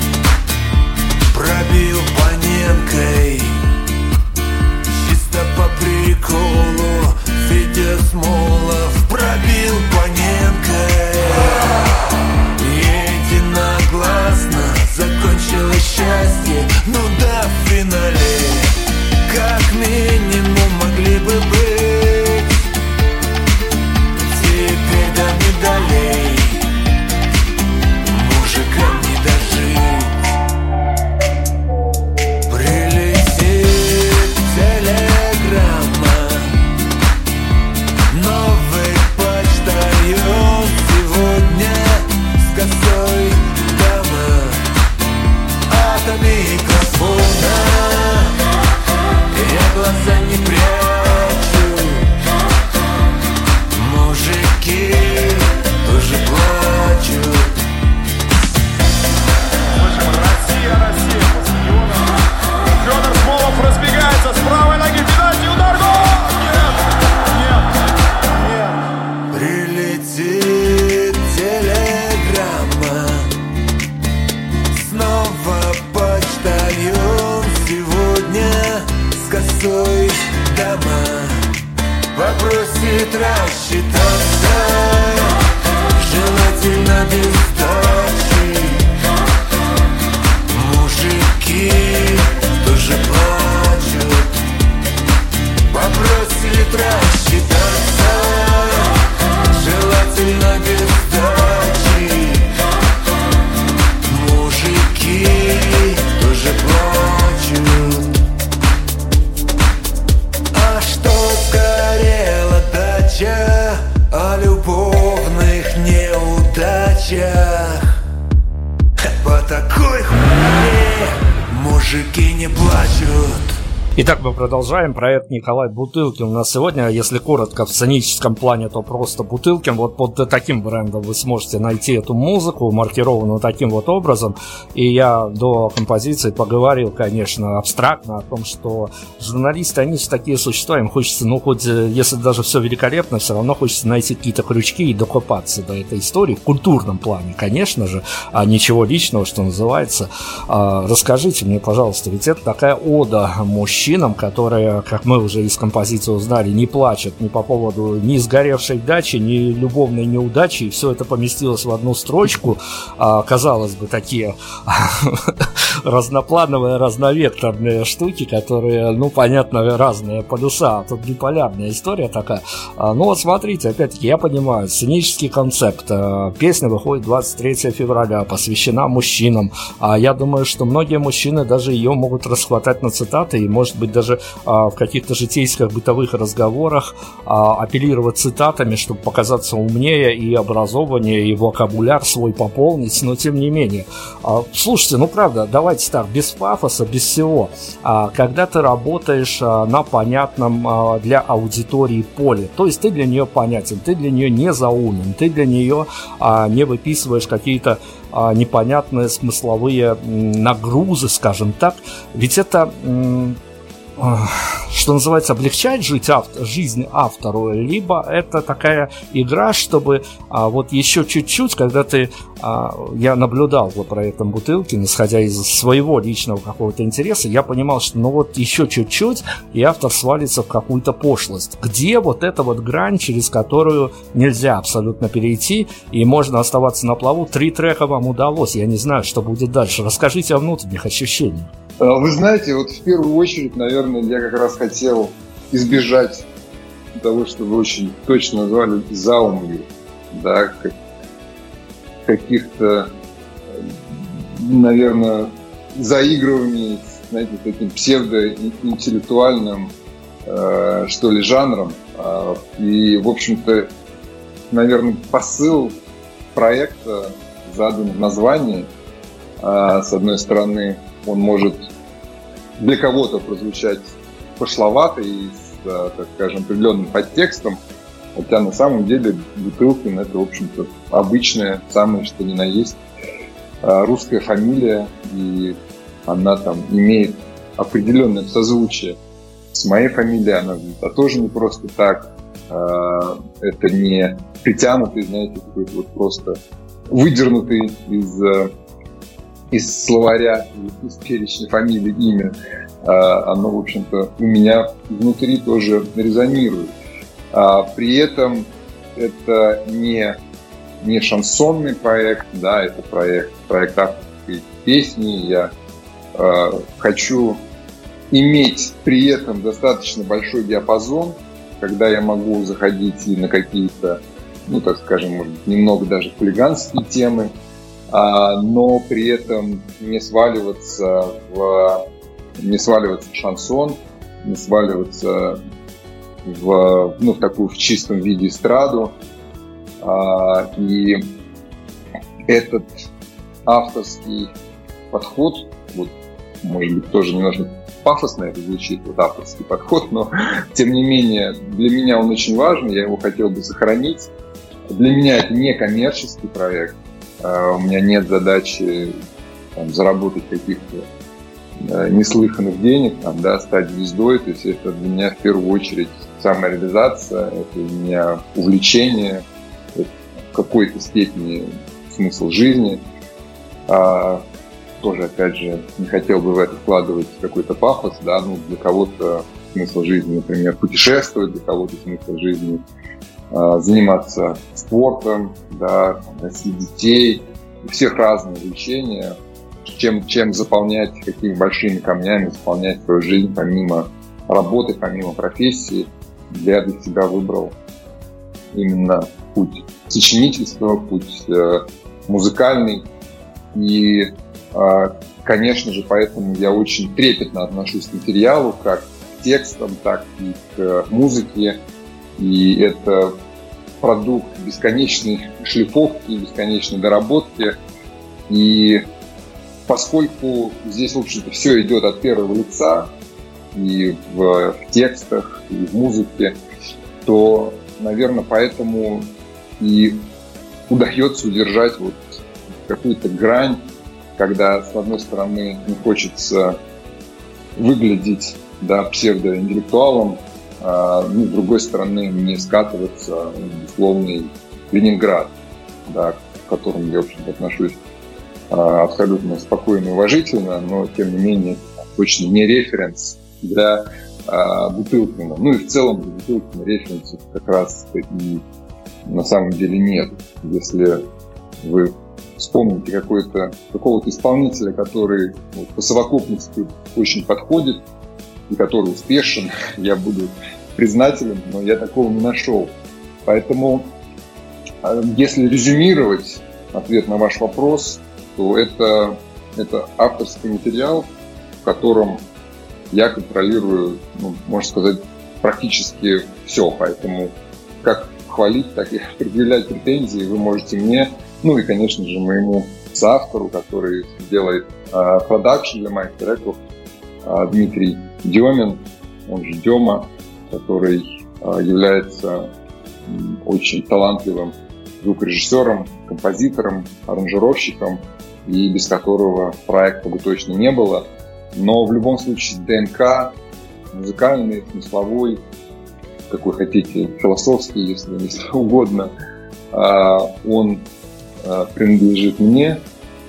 S2: Пробил Паненкой чисто по приколу. Федя Смолов пробил Паненкой. Единогласно закончилось счастье. Ну да, в финале как минимум могли бы быть. Теперь до медалей мужикам не дожить. Прилетит телеграмма. Новый почтальон сегодня с косой дамы. От микрофона я глаза не прячу. Мужики тоже плачут.
S5: Слышим, Россия, Россия по стадионам. Федор Смолов разбегается с правой ноги. Пенальти, удар, гол! Нет, нет, нет.
S2: Прилетит телеграмма. Снова почтальон сегодня с косой дама. Попросит рассчитаться, желательно без сдачи. Мужики тоже плачут. Попросит рассчитаться, желательно без сдачи. Мужики тоже плачут. А что сгорела дача о любовных неудачах? По такой хуйне мужики не плачут.
S3: Итак, мы продолжаем. Проект Николай Бутылкин у нас сегодня. Если коротко, в сценическом плане, то просто Бутылкин. Вот под таким брендом вы сможете найти эту музыку, маркированную таким вот образом. И я до композиции поговорил, конечно, абстрактно о том, что журналисты, они же такие существа, им хочется, ну, хоть если даже все великолепно, все равно хочется найти какие-то крючки и докопаться до этой истории в культурном плане, конечно же, а ничего личного, что называется. Расскажите мне, пожалуйста, ведь это такая ода мужчин, которые, как мы уже из композиции узнали, не плачут ни по поводу ни сгоревшей дачи, ни любовной неудачи, и все это поместилось в одну строчку. А, казалось бы, такие разноплановые, разновекторные штуки, которые, ну, понятно, разные полюса. Тут биполярная история такая. А, ну, вот смотрите, опять-таки, я понимаю, сценический концепт. Песня выходит двадцать третьего февраля, посвящена мужчинам. А я думаю, что многие мужчины даже ее могут расхватать на цитаты и, может быть, даже а, в каких-то житейских бытовых разговорах а, апеллировать цитатами, чтобы показаться умнее и образованнее, и вокабуляр свой пополнить, но тем не менее. А, слушайте, ну правда, давайте так, без пафоса, без всего. А, когда ты работаешь а, на понятном а, для аудитории поле, то есть ты для нее понятен, ты для нее не заумен, ты для нее а, не выписываешь какие-то а, непонятные смысловые м, нагрузы, скажем так, ведь это... М- что называется, облегчать жить автор, жизнь автору, либо это такая игра, чтобы а, вот еще чуть-чуть, когда ты, а, я наблюдал за проектом Бутылкин, исходя из своего личного какого-то интереса, я понимал, что ну вот еще чуть-чуть, и автор свалится в какую-то пошлость. Где вот эта вот грань, через которую нельзя абсолютно перейти, и можно оставаться на плаву? Три трека вам удалось, я не знаю, что будет дальше. Расскажите о внутренних ощущениях.
S4: Вы знаете, вот в первую очередь, наверное, я как раз хотел избежать того, что вы очень точно назвали заумью, да, каких-то, наверное, заигрываний, знаете, таким псевдоинтеллектуальным, э, что ли, жанром. И, в общем-то, наверное, посыл проекта задан в названии. С одной стороны, он может для кого-то прозвучать пошловато и с, так скажем, определенным подтекстом, хотя на самом деле Бутылкин — это, в общем-то, обычная, самое что ни на есть, русская фамилия, и она там имеет определенное созвучие с моей фамилией, она а тоже не просто так, это не притянутый, знаете, какой-то вот просто выдернутый из из словаря, из перечня фамилий, имя, оно, в общем-то, у меня внутри тоже резонирует. При этом это не, не шансонный проект, да, это проект, проект авторской песни. Я э, хочу иметь при этом достаточно большой диапазон, когда я могу заходить и на какие-то, ну, так скажем, может быть, немного даже хулиганские темы, но при этом не сваливаться в, не сваливаться в шансон, не сваливаться в, ну, в такую в чистом виде эстраду. И этот авторский подход, вот мой тоже немножко пафосно это звучит, вот авторский подход, но тем не менее для меня он очень важен, я его хотел бы сохранить. Для меня это не коммерческий проект. Uh, у меня нет задачи там, заработать каких-то uh, неслыханных денег, там, да, стать звездой. То есть это для меня в первую очередь самореализация, это у меня увлечение, это в какой-то степени смысл жизни. Uh, тоже, опять же, не хотел бы в это вкладывать какой-то пафос, да, ну, для кого-то смысл жизни, например, путешествовать, для кого-то смысл жизни заниматься спортом, да, носить детей, у всех разные увлечения, чем, чем заполнять, какими большими камнями заполнять свою жизнь помимо работы, помимо профессии. Я для себя выбрал именно путь сочинительства, путь э, музыкальный, и, э, конечно же, поэтому я очень трепетно отношусь к материалу, как к текстам, так и к музыке. И это продукт бесконечной шлифовки, бесконечной доработки. И поскольку здесь, в общем-то, все идет от первого лица, и в текстах, и в музыке, то, наверное, поэтому и удается удержать вот какую-то грань, когда, с одной стороны, не хочется выглядеть, да, псевдоинтеллектуалом, а, ну, с другой стороны, не скатываться в условный Ленинград, да, к которому я, в общем-то, отношусь а, абсолютно спокойно и уважительно, но, тем не менее, точно не референс для а, Бутылкина. Ну и в целом для Бутылкина референсов как раз и на самом деле нет. Если вы вспомните какой-то, какого-то исполнителя, который вот, по совокупности очень подходит и который успешен, я буду признателен, но я такого не нашел. Поэтому, если резюмировать ответ на ваш вопрос, то это, это авторский материал, в котором я контролирую, ну, можно сказать, практически все. Поэтому как хвалить, так и предъявлять претензии вы можете мне, ну и, конечно же, моему соавтору, который делает э, продакшн для моих треков, э, Дмитрий Демин, он же Дема, который э, является э, очень талантливым звукорежиссером, композитором, аранжировщиком, и без которого проекта бы точно не было. Но в любом случае ДНК, музыкальный, смысловой, какой хотите, философский, если, если угодно, он принадлежит мне.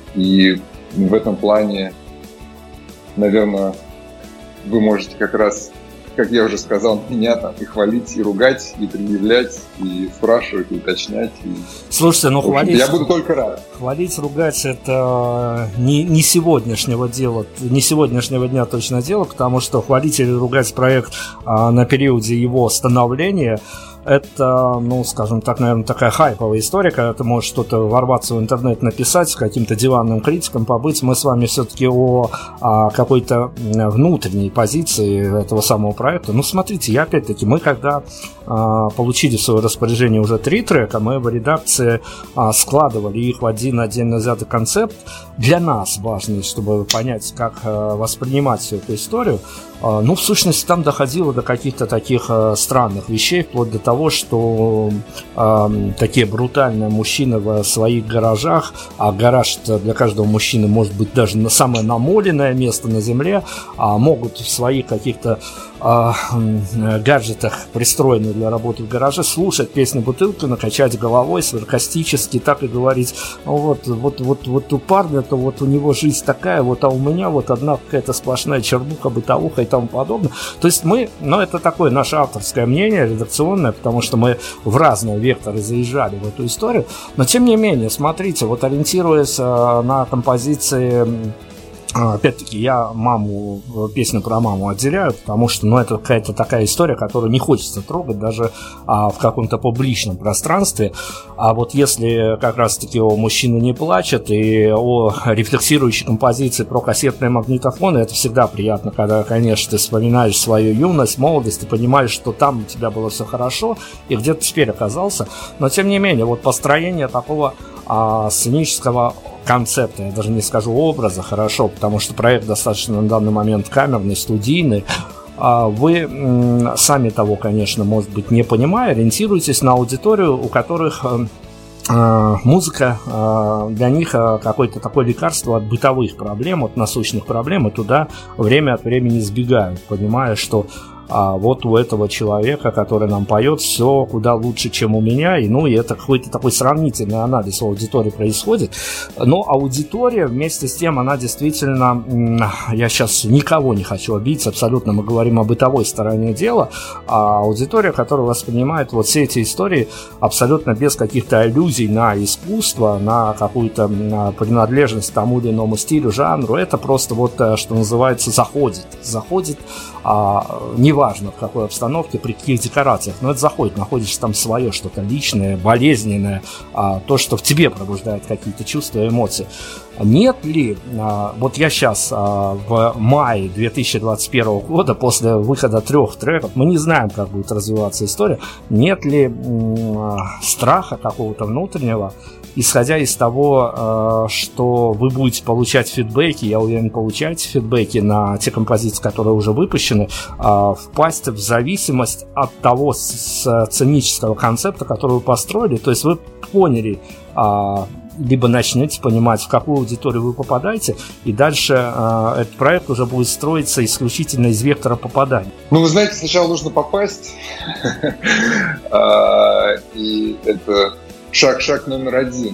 S4: И в этом плане, наверное, вы можете как раз, как я уже сказал, меня там и хвалить, и ругать, и предъявлять, и спрашивать, и уточнять. И...
S3: Слушайте, ну хвалить...
S4: Я буду только рад.
S3: Хвалить, ругать — это не, не сегодняшнего дела, не сегодняшнего дня точно дело, потому что хвалить или ругать проект а, на периоде его становления — это, ну, скажем так, наверное, такая хайповая история, когда ты можешь что-то ворваться в интернет, написать, с каким-то диванным критиком побыть. Мы с вами все-таки о, о какой-то внутренней позиции этого самого проекта. Ну, смотрите, я опять-таки, мы когда а, получили в свое распоряжение уже три трека, мы в редакции а, складывали их в один отдельно взятый концепт. Для нас важно, чтобы понять, как а, воспринимать всю эту историю. А, ну, в сущности, там доходило до каких-то таких а, странных вещей, вплоть до того, того, что э, такие брутальные мужчины в своих гаражах, а гараж для каждого мужчины может быть даже самое намоленное место на земле, а могут в своих каких-то э, гаджетах, пристроенных для работы в гараже, слушать песни Бутылкина, качать головой саркастически, так и говорить: вот, вот, вот, вот у парня-то вот у него жизнь такая, вот, а у меня вот одна какая-то сплошная чернуха, бытовуха и тому подобное. То есть мы, ну, это такое наше авторское мнение, редакционное, потому что мы в разные векторы заезжали в эту историю. Но, тем не менее, смотрите, вот ориентируясь э, на композиции, э, опять-таки, я маму, песню про маму отделяю, потому что, ну, это какая-то такая история, которую не хочется трогать даже а, в каком-то публичном пространстве. А вот если как раз-таки о «Мужчина не плачет» и о рефлексирующей композиции про кассетные магнитофоны, это всегда приятно, когда, конечно, ты вспоминаешь свою юность, молодость, ты понимаешь, что там у тебя было все хорошо, и где ты теперь оказался. Но, тем не менее, вот построение такого а, сценического концепта, я даже не скажу образа, хорошо, потому что проект достаточно на данный момент камерный, студийный. Вы сами того, конечно, может быть, не понимая, ориентируетесь на аудиторию, у которых музыка для них какое-то такое лекарство от бытовых проблем, от насущных проблем, и туда время от времени сбегают, понимая, что а вот у этого человека, который нам поет, все куда лучше, чем у меня. И, ну, и это какой-то такой сравнительный анализ аудитории происходит. Но аудитория, вместе с тем, она действительно... Я сейчас никого не хочу обидеть, абсолютно мы говорим о бытовой стороне дела. А аудитория, которая воспринимает вот все эти истории абсолютно без каких-то аллюзий на искусство, на какую-то принадлежность к тому или иному стилю, жанру, это просто вот, что называется, заходит. Заходит, а, неважно в какой обстановке, при каких декорациях, но это заходит, находишь там свое что-то личное, болезненное, а, то, что в тебе пробуждает какие-то чувства, эмоции. нет ли, вот я сейчас в мае две тысячи двадцать первого года, после выхода трех треков, мы не знаем, как будет развиваться история, нет ли страха какого-то внутреннего, исходя из того, что вы будете получать фидбэки, я уверен, получаете фидбэки на те композиции, которые уже выпущены, впасть в зависимость от того сценического концепта, который вы построили, то есть вы поняли, либо начнете понимать, в какую аудиторию вы попадаете, и дальше э, этот проект уже будет строиться исключительно из вектора попадания.
S4: Ну, вы знаете, сначала нужно попасть, и это шаг-шаг номер один.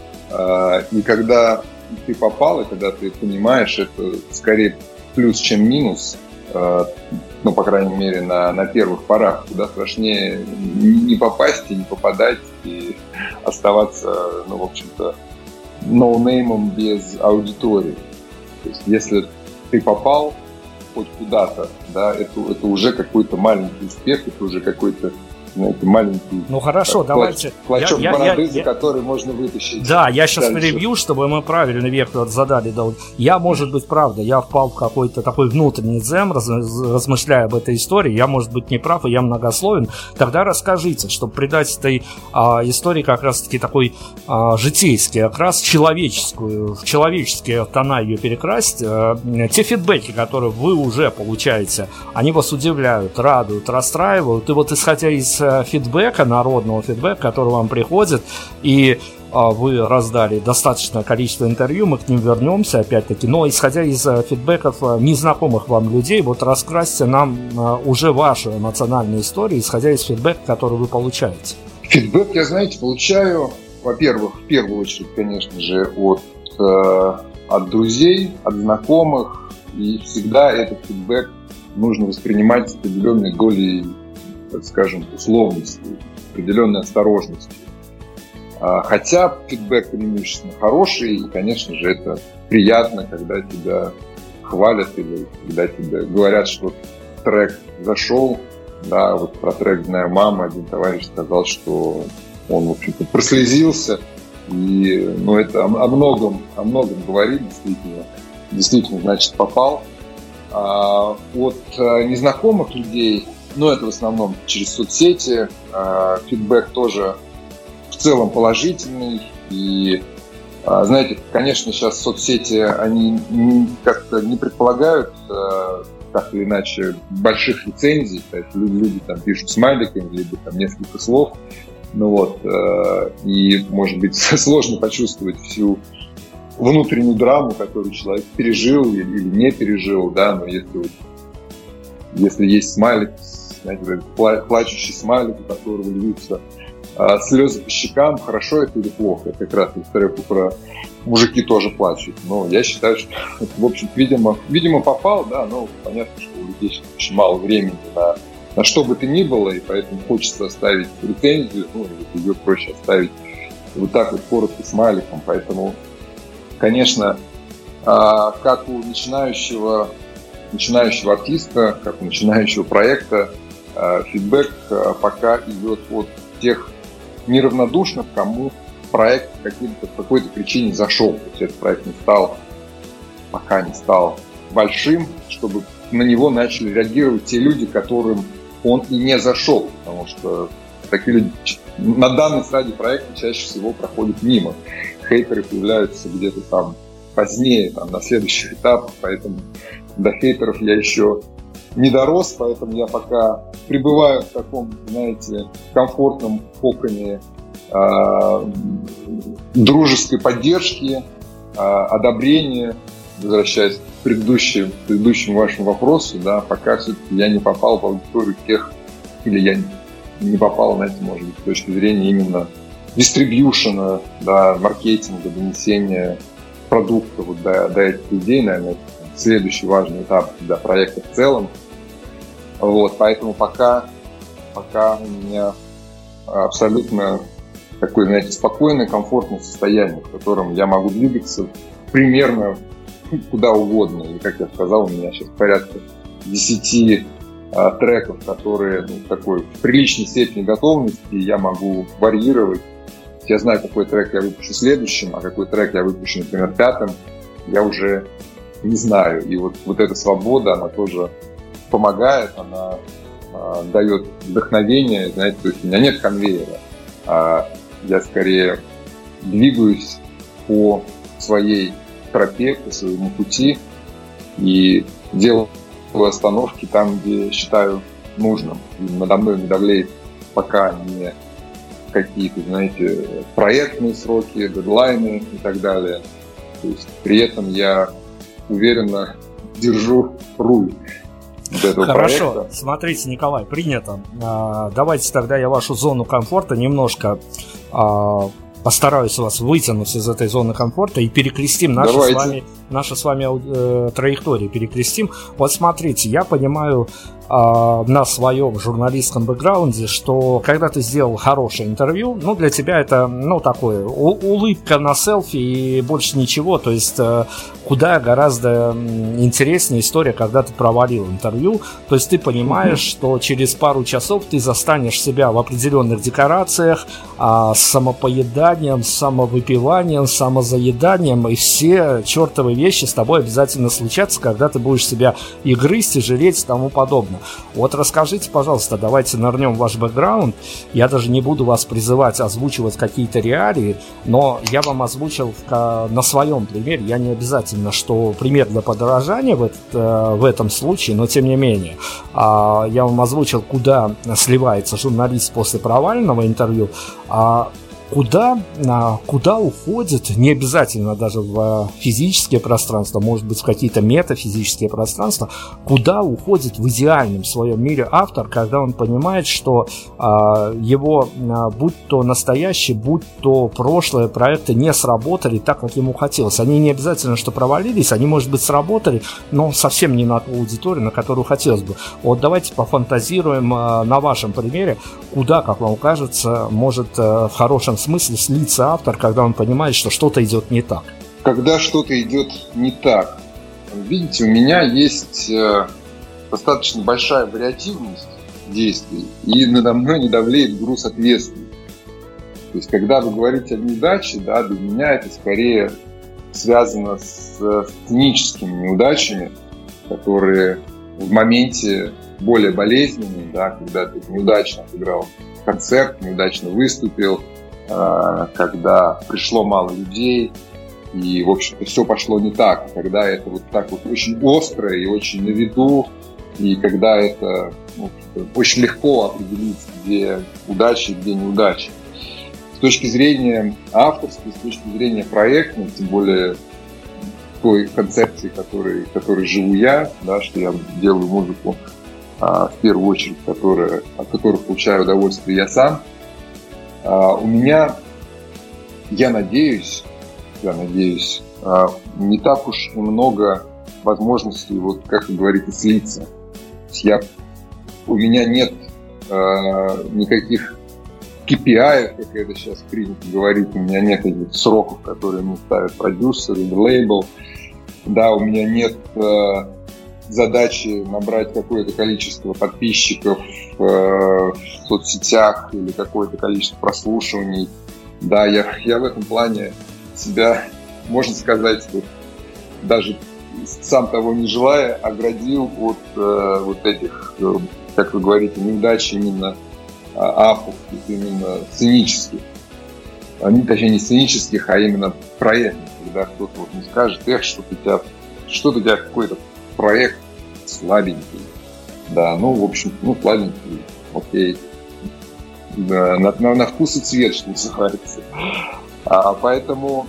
S4: И когда ты попал, и когда ты понимаешь, это скорее плюс, чем минус, ну, по крайней мере, на, на первых порах. Куда страшнее не попасть и не попадать, и оставаться, ну, в общем-то, ноунеймом без аудитории. То есть, если ты попал хоть куда-то, да, это, это уже какой-то маленький успех, это уже какой-то, знаете, маленький,
S3: ну хорошо,
S4: клач,
S3: давайте
S4: клочок
S3: я,
S4: бороды,
S3: я,
S4: за
S3: я,
S4: который можно вытащить.
S3: Да, я сейчас
S4: дальше.
S3: перебью, чтобы мы правильный вектор задали. Да, вот я, может быть, правда, я впал в какой-то такой внутренний дзен, раз, размышляя об этой истории. Я, может быть, не прав, и я многословен. Тогда расскажите, чтобы придать этой а, истории как раз-таки такой а, житейский окрас, человеческую, в человеческие тона ее перекрасить. А, те фидбэки, которые вы уже получаете, они вас удивляют, радуют, расстраивают. И вот исходя из фидбэка, народного фидбэка, который вам приходит, и а, вы раздали достаточное количество интервью, мы к ним вернемся опять-таки, но исходя из а, фидбэков а, незнакомых вам людей, вот раскрасьте нам а, уже вашу эмоциональную историю, исходя из фидбэка, который вы получаете.
S4: Фидбэк я, знаете, получаю, во-первых, в первую очередь, конечно же, от, э, от друзей, от знакомых, и всегда этот фидбэк нужно воспринимать с определенной долей, так скажем, условности, определенной осторожностью. Хотя фидбэк преимущественно хороший, и, конечно же, это приятно, когда тебя хвалят или когда тебе говорят, что трек зашел. Да, вот про трек «Знаю маму» один товарищ сказал, что он, в общем-то, прослезился. И, ну, это о многом, о многом говорит, действительно. Действительно, значит, попал. А от незнакомых людей, ну, это в основном через соцсети, фидбэк тоже в целом положительный. И, знаете, конечно, сейчас соцсети, они как-то не предполагают, так или иначе, больших рецензий. То есть люди, люди там пишут смайликами, либо там несколько слов. Ну вот, и, может быть, сложно почувствовать всю внутреннюю драму, которую человек пережил или, или не пережил, да, но если, если есть смайлик, знаете, плачущий смайлик, у которого льются а, слезы по щекам, хорошо это или плохо? Это как раз из трека про мужики тоже плачут. Но я считаю, что, в общем, видимо, видимо попал, да, но понятно, что у людей сейчас очень мало времени на, на что бы то ни было, и поэтому хочется оставить рецензию, ну, ее проще оставить вот так вот коротко смайликом, поэтому, конечно, как у начинающего, начинающего артиста, как у начинающего проекта, фидбэк пока идет от тех неравнодушных, кому проект по какой-то причине зашел. То есть этот проект не стал, пока не стал большим, чтобы на него начали реагировать те люди, которым он и не зашел. Потому что такие люди на данной стадии проекта чаще всего проходят мимо. Хейтеры появляются где-то там позднее, там, на следующих этапах, поэтому до хейтеров я еще не дорос, поэтому я пока пребываю в таком, знаете, комфортном коконе э, дружеской поддержки, э, одобрения, возвращаясь к предыдущему, к предыдущему вашему вопросу, да, пока все-таки я не попал в аудиторию тех, или я не попал, знаете, может быть, с точки зрения именно дистрибьюшена, да, маркетинга, донесения продукта вот до, до этих людей, наверное, это следующий важный этап для проекта в целом. Вот, поэтому пока, пока у меня абсолютно такое, знаете, спокойное, комфортное состояние, в котором я могу двигаться примерно куда угодно. И, как я сказал, у меня сейчас порядка десяти а, треков, которые, ну, в такой в приличной степени готовности, я могу варьировать Я знаю, какой трек я выпущу следующим, а какой трек я выпущу, например, пятым, я уже не знаю. И вот, вот эта свобода, она тоже помогает, она э, дает вдохновение, знаете, то есть у меня нет конвейера, а я скорее двигаюсь по своей тропе, по своему пути и делаю остановки там, где считаю нужным. И надо мной не давлеет пока не какие-то, знаете, проектные сроки, дедлайны и так далее. То есть при этом я уверенно держу руль этого
S3: Хорошо,
S4: проекта.
S3: Смотрите, Николай, принято. А, давайте тогда я вашу зону комфорта немножко а, постараюсь вас вытянуть из этой зоны комфорта и перекрестим наши с вами, наши с вами э, траектории, перекрестим. Вот смотрите, я понимаю э, на своем журналистском бэкграунде, что когда ты сделал хорошее интервью, ну, для тебя это, ну, такое, у- улыбка на селфи и больше ничего, то есть э, куда гораздо интереснее история, когда ты провалил интервью, то есть ты понимаешь, mm-hmm. что через пару часов ты застанешь себя в определенных декорациях, э, с самопоеданием, с самовыпиванием, с самозаеданием, и все чертовы вещи с тобой обязательно случатся, когда ты будешь себя и грызть, и жалеть, и тому подобное. Вот расскажите, пожалуйста, давайте нырнем в ваш бэкграунд. Я даже не буду вас призывать озвучивать какие-то реалии, но я вам озвучил на своем примере. Я не обязательно, что пример для подражания в, этот, в этом случае, но тем не менее. Я вам озвучил, куда сливается журналист после провального интервью. Куда, куда уходит, не обязательно даже в физические пространства, может быть, в какие-то метафизические пространства, куда уходит в идеальном своем мире автор, когда он понимает, что а, его, а, будь то настоящий, будь то прошлые проекты не сработали так, как ему хотелось. Они не обязательно, что провалились, они, может быть, сработали, но совсем не на ту аудиторию, на которую хотелось бы. Вот давайте пофантазируем а, на вашем примере, куда, как вам кажется, может а, в хорошем смысле слиться автор, когда он понимает, что что-то идет не так.
S4: Когда что-то идет не так, видите, у меня есть э, достаточно большая вариативность действий, и надо мной не давлеет груз ответственности. То есть, когда вы говорите о неудаче, да, для меня это скорее связано с, с сценическими неудачами, которые в моменте более болезненные, да, когда ты неудачно отыграл концерт, неудачно выступил, когда пришло мало людей, и, в общем-то, все пошло не так. Когда это вот так вот очень остро и очень на виду, и когда это, ну, очень легко определить, где удача и где неудача. С точки зрения авторской, с точки зрения проектной, тем более той концепции, которой, которой живу я, да, что я делаю музыку, а, в первую очередь, которая, от которой получаю удовольствие я сам, Uh, у меня, я надеюсь, я надеюсь, uh, не так уж и много возможностей, вот как вы говорите, слиться. Я, у меня нет uh, никаких кей пи ай, как это сейчас принято говорить, у меня нет этих сроков, которые мне ставят продюсер или лейбл. Да, у меня нет uh, задачи набрать какое-то количество подписчиков э, в соцсетях или какое-то количество прослушиваний. Да, я, я в этом плане себя, можно сказать, вот, даже сам того не желая, оградил от э, вот этих, э, как вы говорите, неудач именно э, авторских, именно сценических. Они, точнее, не сценических, а именно проектных. Когда кто-то вот не скажет, эх, что-то у тебя, что-то у тебя какой-то проект слабенький. Да, ну, в общем, ну, слабенький, окей. Да, на, на, на вкус и цвет, что называется. А, поэтому,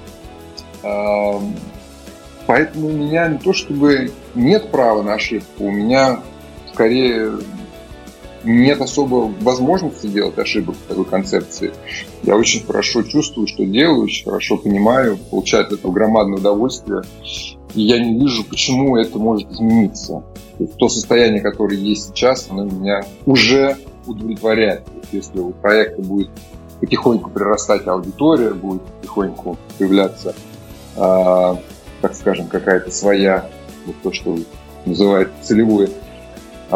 S4: а, поэтому у меня не то чтобы нет права на ошибку, у меня скорее нет особо возможности делать ошибок в такой концепции. Я очень хорошо чувствую, что делаю, очень хорошо понимаю, получаю от этого громадное удовольствие. И я не вижу, почему это может измениться. То есть то состояние, которое есть сейчас, оно меня уже удовлетворяет. То есть если у проекта будет потихоньку прирастать аудитория, будет потихоньку появляться, э, так скажем, какая-то своя, вот то, что называют целевой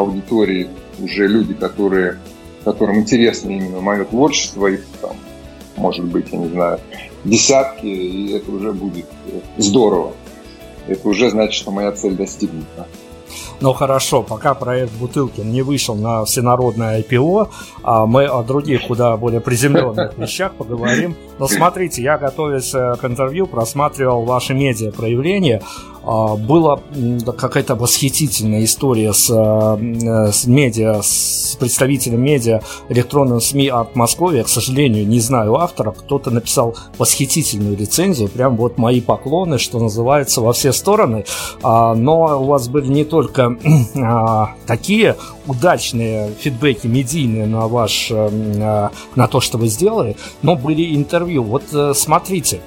S4: аудиторией, уже люди, которые, которым интересно именно мое творчество, их там может быть, я не знаю, десятки, и это уже будет здорово. Это уже значит, что моя цель достигнута.
S3: Ну хорошо, пока проект Бутылкин не вышел на всенародное ай пи о, а мы о других куда более приземленных вещах поговорим. Но смотрите, я, готовясь к интервью, просматривал ваши медиа-проявления. Была какая-то восхитительная история с, с медиа, с представителем медиа электронным СМИ от Москвы. Я, к сожалению, не знаю автора. Кто-то написал восхитительную рецензию. Прям вот мои поклоны, что называется, во все стороны. Но у вас были не только такие удачные фидбэки медийные на ваш, на то, что вы сделали, но были интервью. Вот смотрите.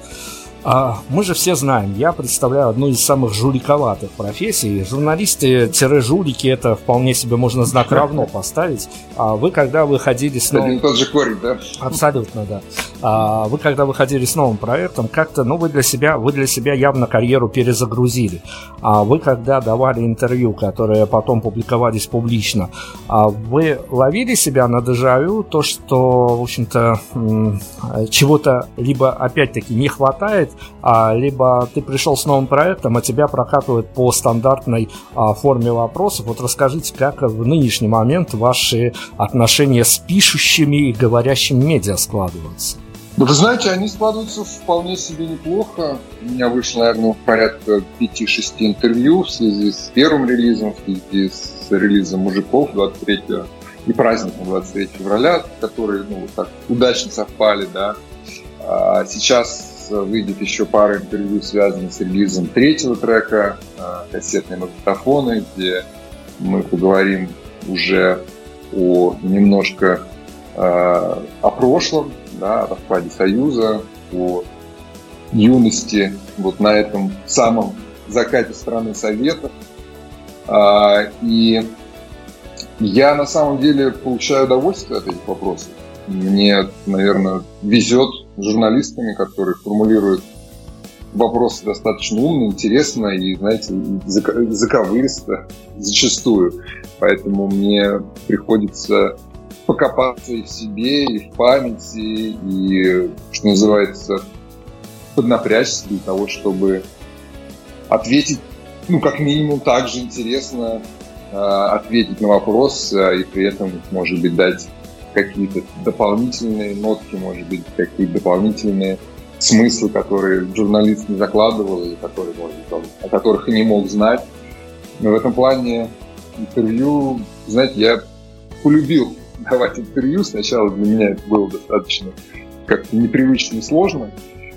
S3: Мы же все знаем, я представляю одну из самых жуликоватых профессий. Журналисты-жулики, это вполне себе можно знак равно поставить. А вы, когда выходили с новым...
S4: Один тот же корень, да?
S3: Абсолютно, да. А вы, когда выходили с новым проектом, как-то, ну, вы для себя, вы для себя явно карьеру перезагрузили. А вы, когда давали интервью, которые потом публиковались публично, а вы ловили себя на дежавю, то, что, в общем-то, чего-то либо, опять-таки, не хватает, А, либо ты пришел с новым проектом, а тебя прокатывают по стандартной а, форме вопросов. Вот расскажите, как в нынешний момент ваши отношения с пишущими и говорящими медиа складываются?
S4: Да вы знаете, они складываются вполне себе неплохо. У меня вышло, наверное, порядка пяти-шести интервью в связи с первым релизом, в связи с релизом «Мужиков» двадцать третьего и праздником двадцать третьего февраля, которые, ну, вот так удачно совпали, да. А сейчас выйдет еще пара интервью, связанных с релизом третьего трека «Кассетные магнитофоны», где мы поговорим уже о немножко э, о прошлом, да, о распаде Союза, о юности вот на этом самом закате страны Советов. А, и я на самом деле получаю удовольствие от этих вопросов. Мне, наверное, везет с журналистами, которые формулируют вопросы достаточно умно, интересно и, знаете, заковыристо зачастую. Поэтому мне приходится покопаться и в себе, и в памяти, и, что называется, поднапрячься для того, чтобы ответить, ну, как минимум, так же интересно э, ответить на вопрос, э, и при этом, может быть, дать какие-то дополнительные нотки, может быть, какие-то дополнительные смыслы, которые журналист не закладывал, или которые, может быть, о которых и не мог знать. Но в этом плане интервью, знаете, я полюбил давать интервью. Сначала для меня это было достаточно как-то непривычно и сложно.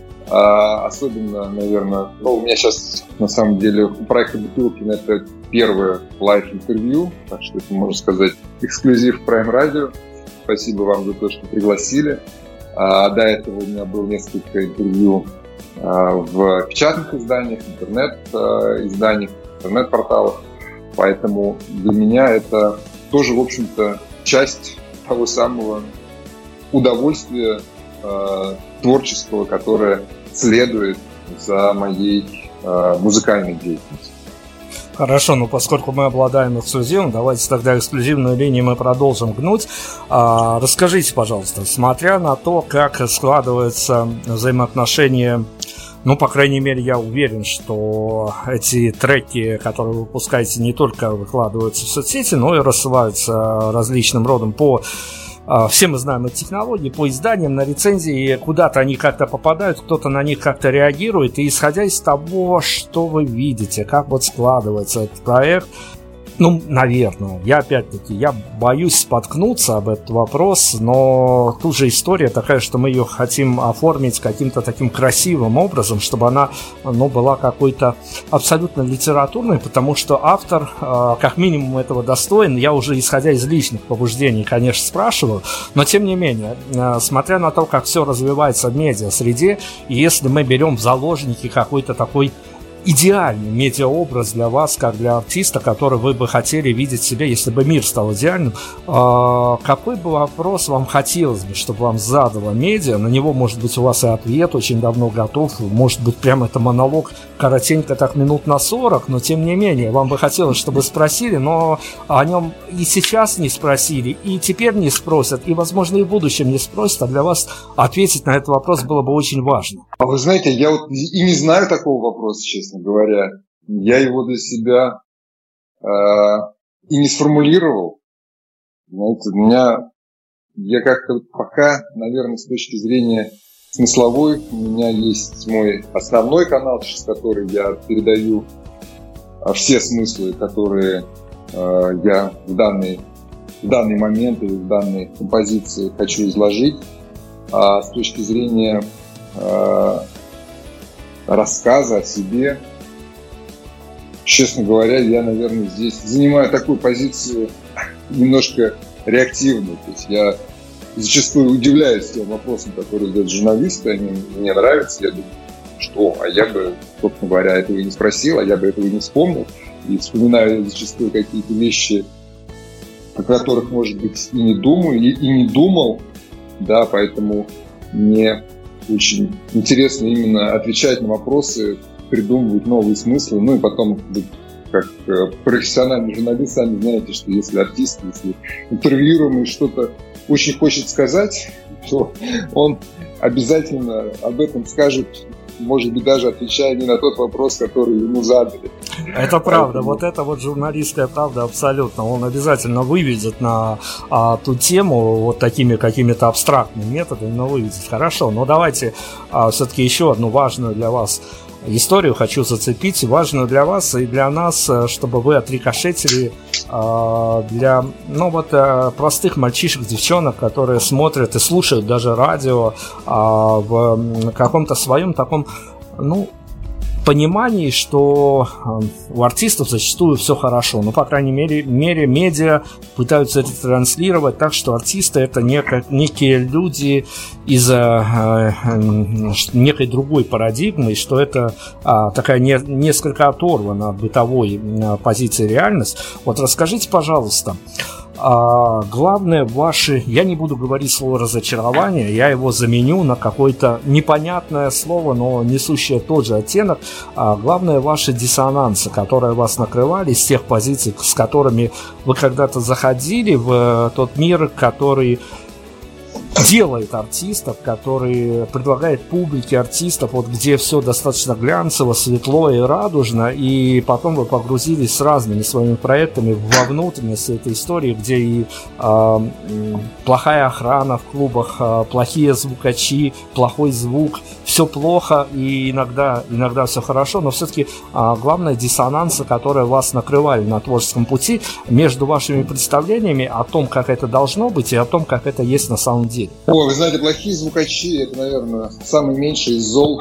S4: А особенно, наверное, ну, у меня сейчас, на самом деле, у проекта Бутылкин это первое лайв-интервью, так что это, можно сказать, эксклюзив Prime Radio. Спасибо вам за то, что пригласили. А, до этого у меня было несколько интервью а, в печатных изданиях, интернет-изданиях, интернет-порталах. Поэтому для меня это тоже, в общем-то, часть того самого удовольствия а, творческого, которое следует за моей а, музыкальной деятельностью.
S3: Хорошо, ну поскольку мы обладаем эксклюзивом, давайте тогда эксклюзивную линию мы продолжим гнуть. А, расскажите, пожалуйста, смотря на то, как складываются взаимоотношения, ну, по крайней мере, я уверен, что эти треки, которые вы выпускаете, не только выкладываются в соцсети, но и рассылаются различным родом по... Все мы знаем эти технологии, по изданиям, на рецензии, куда-то они как-то попадают, кто-то на них как-то реагирует, и исходя из того, что вы видите, как вот складывается этот проект, ну, наверное, я опять-таки, я боюсь споткнуться об этот вопрос, но тут же история такая, что мы ее хотим оформить каким-то таким красивым образом, чтобы она, ну, была какой-то абсолютно литературной, потому что автор, э, как минимум, этого достоин. Я уже, исходя из личных побуждений, конечно, спрашиваю, но тем не менее, э, смотря на то, как все развивается в медиа-среде, и если мы берем в заложники какой-то такой идеальный медиаобраз для вас, как для артиста, который вы бы хотели видеть в себе, если бы мир стал идеальным? Какой бы вопрос вам хотелось бы, чтобы вам задало медиа? На него, может быть, у вас и ответ очень давно готов, может быть, прямо это монолог коротенько, так минут на сорок, но тем не менее, вам бы хотелось, чтобы спросили, но о нем и сейчас не спросили, и теперь не спросят, и, возможно, и в будущем не спросят, а для вас ответить на этот вопрос было бы очень важно.
S4: А вы знаете, я вот и не знаю такого вопроса, честно говоря. Я его для себя э, и не сформулировал. Знаете, у меня, я как-то пока, наверное, с точки зрения смысловой, у меня есть мой основной канал, через который я передаю все смыслы, которые э, я в данный, в данный момент или в данной композиции хочу изложить. А с точки зрения э, рассказа о себе, честно говоря, я, наверное, здесь занимаю такую позицию немножко реактивную. То есть я зачастую удивляюсь тем вопросам, которые задают журналисты, они мне нравятся. Я думаю, что, а я бы, собственно говоря, этого и не спросил, а я бы этого и не вспомнил. И вспоминаю зачастую какие-то вещи, о которых, может быть, и не думаю, и, и не думал. Да, поэтому мне очень интересно именно отвечать на вопросы, придумывать новые смыслы. Ну и потом, как профессиональный журналист, сами знаете, что если артист, если интервьюируемый что-то очень хочет сказать, то он обязательно об этом скажет, может быть, даже отвечая не на тот вопрос, который ему задали.
S3: Это правда, вот это вот журналистская правда абсолютно. Он обязательно выведет на а, ту тему вот такими какими-то абстрактными методами, но выведет. Хорошо, но давайте а, все-таки еще одну важную для вас историю хочу зацепить, важную для вас и для нас, чтобы вы отрикошетили а, для, ну вот, простых мальчишек, девчонок, которые смотрят и слушают даже радио а, в каком-то своем таком, ну, понимании, что у артистов зачастую все хорошо. Ну, по крайней мере, мере медиа пытаются это транслировать так, что артисты — это неко, некие люди из э, некой другой парадигмы, и что это э, такая не, несколько оторвана от бытовой э, позиции реальность. Вот расскажите, пожалуйста, А главное ваши, я не буду говорить слово разочарование, я его заменю на какое-то непонятное слово, но несущее тот же оттенок. А главное ваши диссонансы, которые вас накрывали с тех позиций, с которыми вы когда-то заходили в тот мир, который делает артистов, который предлагает публике артистов, вот где все достаточно глянцево, светло и радужно, и потом вы погрузились с разными своими проектами во внутренность этой истории, где и э, плохая охрана в клубах, э, плохие звукачи, плохой звук, все плохо, и иногда, иногда все хорошо, но все-таки э, главное диссонансы, которые вас накрывали на творческом пути между вашими представлениями о том, как это должно быть, и о том, как это есть на самом деле.
S4: Ой, вы знаете, плохие звукачи — это, наверное, самый меньший из зол,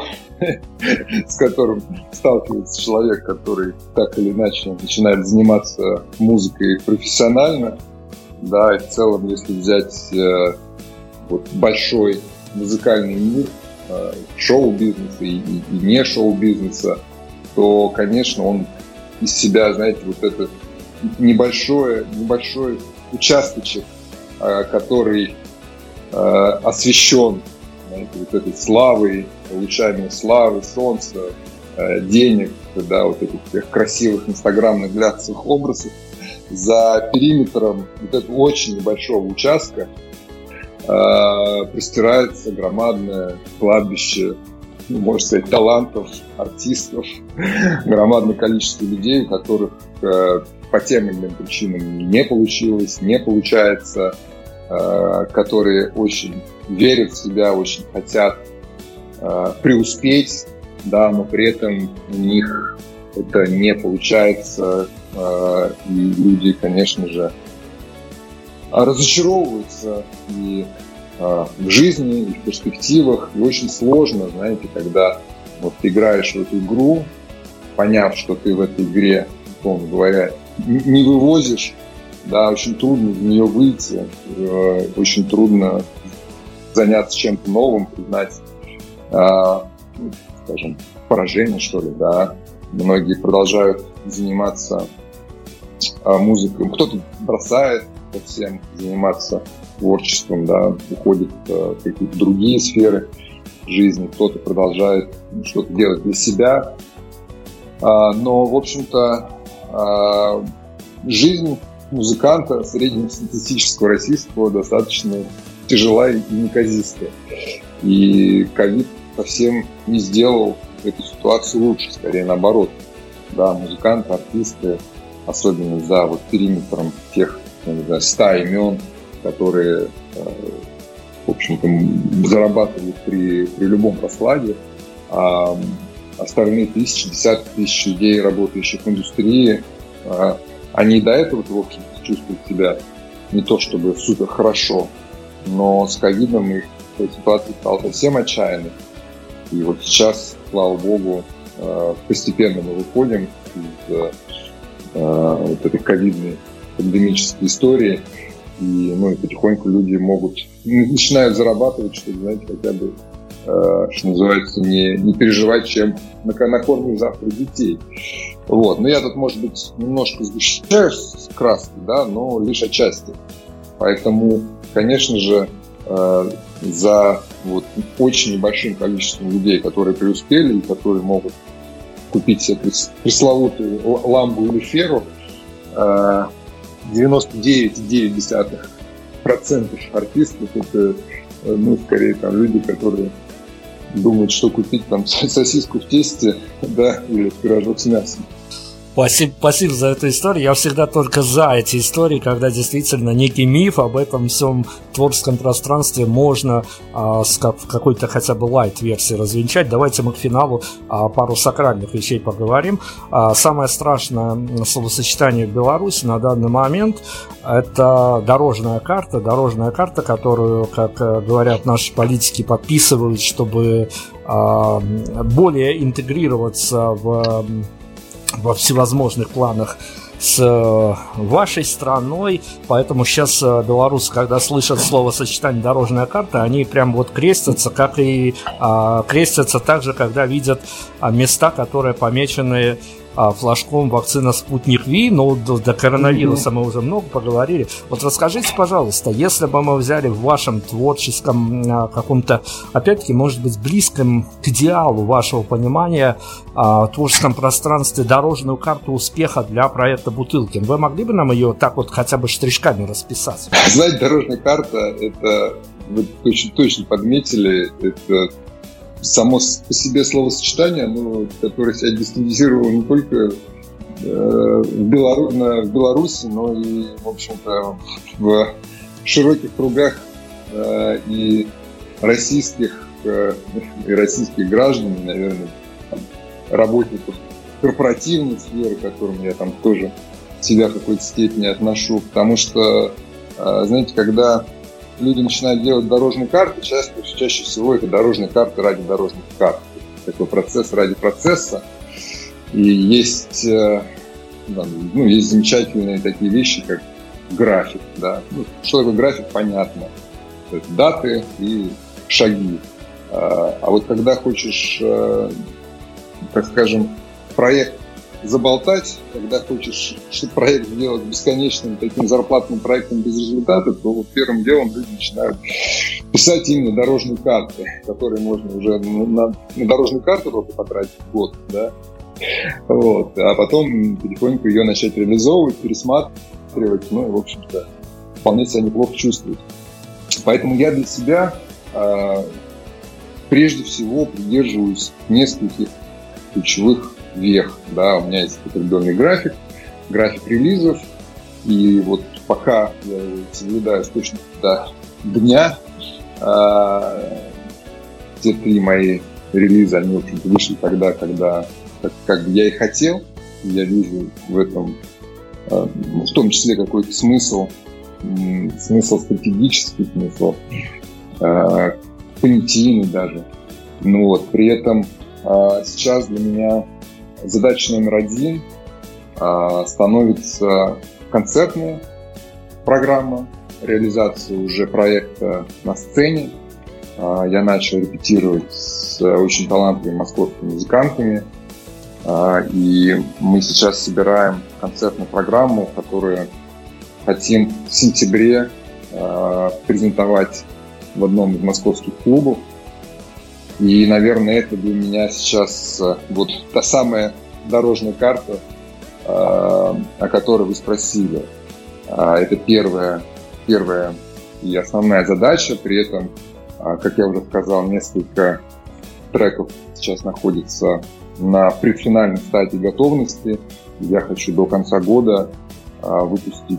S4: с которым сталкивается человек, который так или иначе начинает заниматься музыкой профессионально. Да, и в целом, если взять э, вот, большой музыкальный мир, э, шоу-бизнеса и, и, и не шоу-бизнеса, то, конечно, он из себя, знаете, вот это небольшой, небольшой участочек, э, который освещен, знаете, вот этой славой, лучами славы, солнца, денег, да, вот этих всех красивых инстаграмных глянцевых образов. За периметром вот этого очень небольшого участка э, простирается громадное кладбище, ну, можно сказать, талантов, артистов, громадное количество людей, у которых э, по тем или иным причинам не получилось, не получается, которые очень верят в себя, очень хотят э, преуспеть, да, но при этом у них это не получается, э, и люди, конечно же, разочаровываются и э, в жизни, и в перспективах, и очень сложно, знаете, когда вот ты играешь в эту игру, поняв, что ты в этой игре, условно говоря, не вывозишь. Да, очень трудно в нее выйти, э, очень трудно заняться чем-то новым, признать, э, ну, скажем, поражение, что ли, да. многие продолжают заниматься музыкой. Кто-то бросает совсем заниматься творчеством, да, уходит в какие-то другие сферы жизни, кто-то продолжает что-то делать для себя. Но, в общем-то, жизнь музыканта среднестатистического российского достаточно тяжела и неказистая. И ковид совсем не сделал эту ситуацию лучше, скорее наоборот. Да, музыканты, артисты, особенно за вот периметром тех, не знаю, ста имен, которые, в общем-то, зарабатывают при, при любом раскладе, а остальные тысячи, десятки тысяч людей, работающих в индустрии, они до этого, в общем-то, чувствуют себя не то чтобы супер хорошо, но с ковидом их ситуация стала совсем отчаянной. И вот сейчас, слава богу, постепенно мы выходим из вот этой ковидной пандемической истории, и, ну, и потихоньку люди могут, начинают зарабатывать, чтобы, знаете, хотя бы, что называется, не, не переживать, чем накормим завтра детей. Вот. Но я тут, может быть, немножко сгущаю краски, да, но лишь отчасти. Поэтому, конечно же, за вот очень небольшим количеством людей, которые преуспели и которые могут купить себе пресловутую ламбу или феру, девяносто девять целых девять десятых процента артистов это, ну, скорее, там, люди, которые думают, что купить там сосиску в тесте, да, или пирожок с мясом.
S3: Спасибо, спасибо за эту историю. Я всегда только за эти истории, когда действительно некий миф об этом всем творческом пространстве можно а, с как, в какой-то хотя бы лайт-версии развенчать. Давайте мы к финалу а, пару сакральных вещей поговорим. А, самое страшное словосочетание в Беларуси на данный момент – это дорожная карта. Дорожная карта, которую, как говорят наши политики, подписывают, чтобы а, более интегрироваться в во всевозможных планах с вашей страной, поэтому сейчас белорусы, когда слышат словосочетание «дорожная карта», они прям вот крестятся, как и а, крестятся также, когда видят а, места, которые помечены а, флажком вакцина «Спутник Ви», но до, до коронавируса мы уже много поговорили. Вот расскажите, пожалуйста, если бы мы взяли в вашем творческом а, каком-то, опять-таки, может быть, близком к идеалу вашего понимания а, творческом пространстве дорожную карту успеха для проекта «Бутылкин», вы могли бы нам ее так вот хотя бы штришками расписать?
S4: Знаете, дорожная карта, это, вы очень точно подметили, это само по себе словосочетание, ну, которое себя дискредитировало не только э, в, Белору... в Беларуси, но и, в общем-то, в широких кругах э, и российских, э, и российских граждан, наверное, там, работников корпоративной сферы, к которым я там тоже себя в какой-то степени отношу, потому что, э, знаете, когда люди начинают делать дорожные карты, часто, чаще всего это дорожные карты ради дорожных карт. Такой процесс ради процесса. И есть, ну, есть замечательные такие вещи, как график. Да? Ну, что такое график, понятно. Это даты и шаги. А вот когда хочешь, так скажем, проект заболтать, когда хочешь, чтобы проект сделать бесконечным таким зарплатным проектом без результата, то вот первым делом люди начинают писать именно дорожные карты, которые можно уже на, на дорожную карту только потратить год, да, вот, а потом потихоньку ее начать реализовывать, пересматривать, ну и, в общем-то, вполне себя неплохо чувствовать. Поэтому я для себя э, прежде всего придерживаюсь нескольких ключевых вех, да, у меня есть определенный график, график релизов, и вот пока я соблюдаю с точностью до дня, э, те три мои релиза, они, в общем-то, вышли тогда, когда, как, как я и хотел, и я вижу в этом, э, в том числе, какой-то смысл, м, смысл стратегический, смысл э, понятийный даже, ну вот, при этом э, сейчас для меня задача номер один а, становится концертная программа, реализация уже проекта на сцене. А, я начал репетировать с очень талантливыми московскими музыкантами. И мы сейчас собираем концертную программу, которую хотим в сентябре презентовать в одном из московских клубов. И, наверное, это для меня сейчас вот та самая дорожная карта, о которой вы спросили. Это первая, первая и основная задача. При этом, как я уже сказал, несколько треков сейчас находится на предфинальной стадии готовности. Я хочу до конца года выпустить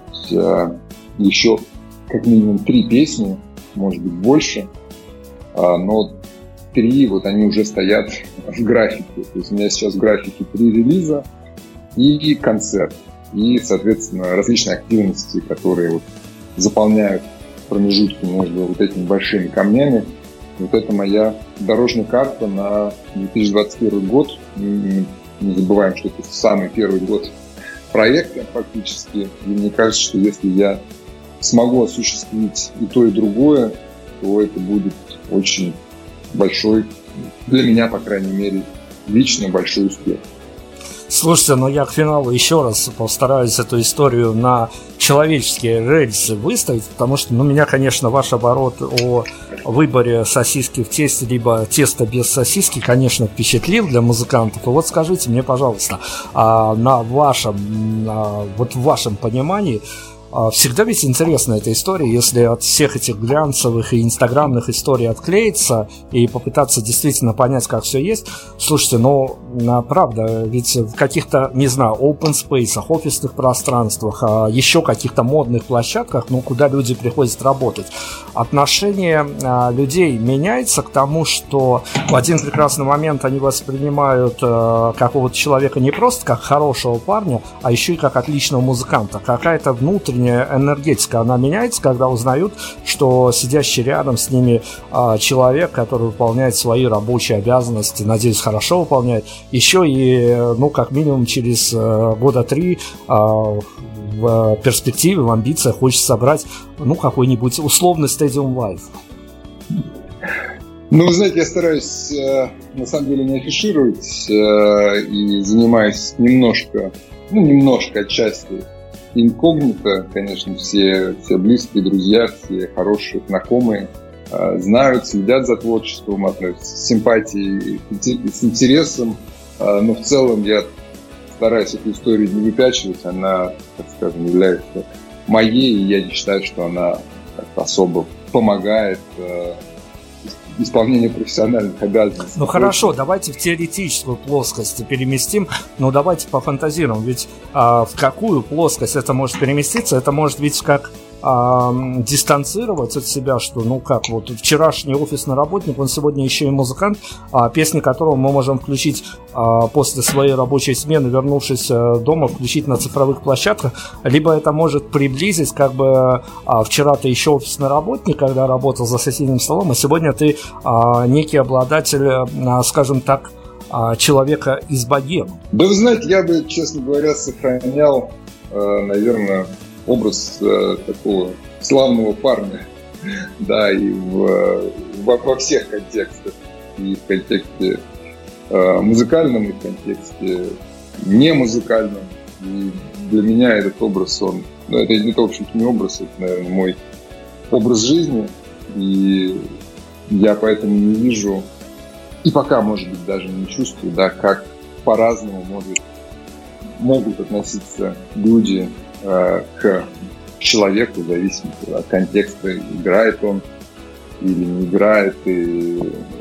S4: еще как минимум три песни, может быть больше, но три, вот они уже стоят в графике. То есть у меня сейчас в графике три релиза и концерт. И, соответственно, различные активности, которые вот заполняют промежутки между вот этими большими камнями. Вот это моя дорожная карта на две тысячи двадцать первый год. Мы не забываем, что это самый первый год проекта фактически. И мне кажется, что если я смогу осуществить и то, и другое, то это будет очень большой, для меня, по крайней мере, лично большой успех.
S3: Слушайте, но я к финалу еще раз постараюсь эту историю на человеческие рельсы выставить, потому что, ну, меня, конечно, ваш оборот о выборе сосиски в тесте, либо теста без сосиски, конечно, впечатлил для музыкантов. И вот скажите мне, пожалуйста, на вашем, вот в вашем понимании, всегда ведь интересна эта история, если от всех этих глянцевых и инстаграмных историй отклеиться и попытаться действительно понять, как все есть. Слушайте, ну, правда, ведь в каких-то, не знаю, open space, офисных пространствах, еще каких-то модных площадках, ну, куда люди приходят работать, отношение людей меняется к тому, что в один прекрасный момент они воспринимают какого-то человека не просто как хорошего парня, а еще и как отличного музыканта. Какая-то внутренняя энергетика, она меняется, когда узнают, что сидящий рядом с ними а, человек, который выполняет свои рабочие обязанности, надеюсь, хорошо выполняет, еще и, ну, как минимум через а, года три а, в перспективе, в амбициях хочется собрать, ну, какой-нибудь условный Stadium Live.
S4: Ну, вы знаете, я стараюсь, э, на самом деле, не афишировать э, и занимаюсь немножко, ну, немножко отчасти инкогнито. Конечно, все, все близкие, друзья, все хорошие, знакомые э, знают, следят за творчеством, относятся с симпатией, с интересом. Э, но в целом я стараюсь эту историю не выпячивать. Она, так скажем, является моей, и я не считаю, что она особо помогает э, исполнению профессиональных обязанностей.
S3: Ну хорошо, давайте в теоретическую плоскость переместим, но давайте пофантазируем, ведь а, в какую плоскость это может переместиться? Это может быть как а, дистанцировать от себя, что, ну как, вот вчерашний офисный работник, он сегодня еще и музыкант, а, песни которого мы можем включить а, после своей рабочей смены, вернувшись а, дома, включить на цифровых площадках, либо это может приблизить, как бы, а, вчера ты еще офисный работник, когда работал за соседним столом, а сегодня ты а, некий обладатель, а, скажем так, а, человека из богемы.
S4: Да вы знаете, я бы, честно говоря, сохранял, э, наверное, образ э, такого славного парня, да, и в, во, во всех контекстах, и в контексте э, музыкальном, и в контексте не музыкальном. И для меня этот образ, он, ну, это, это, в общем-то, не образ, это, наверное, мой образ жизни, и я поэтому не вижу, и пока, может быть, даже не чувствую, да, как по-разному может, могут относиться люди э, к человеку, в зависимости от контекста, играет он или не играет. И,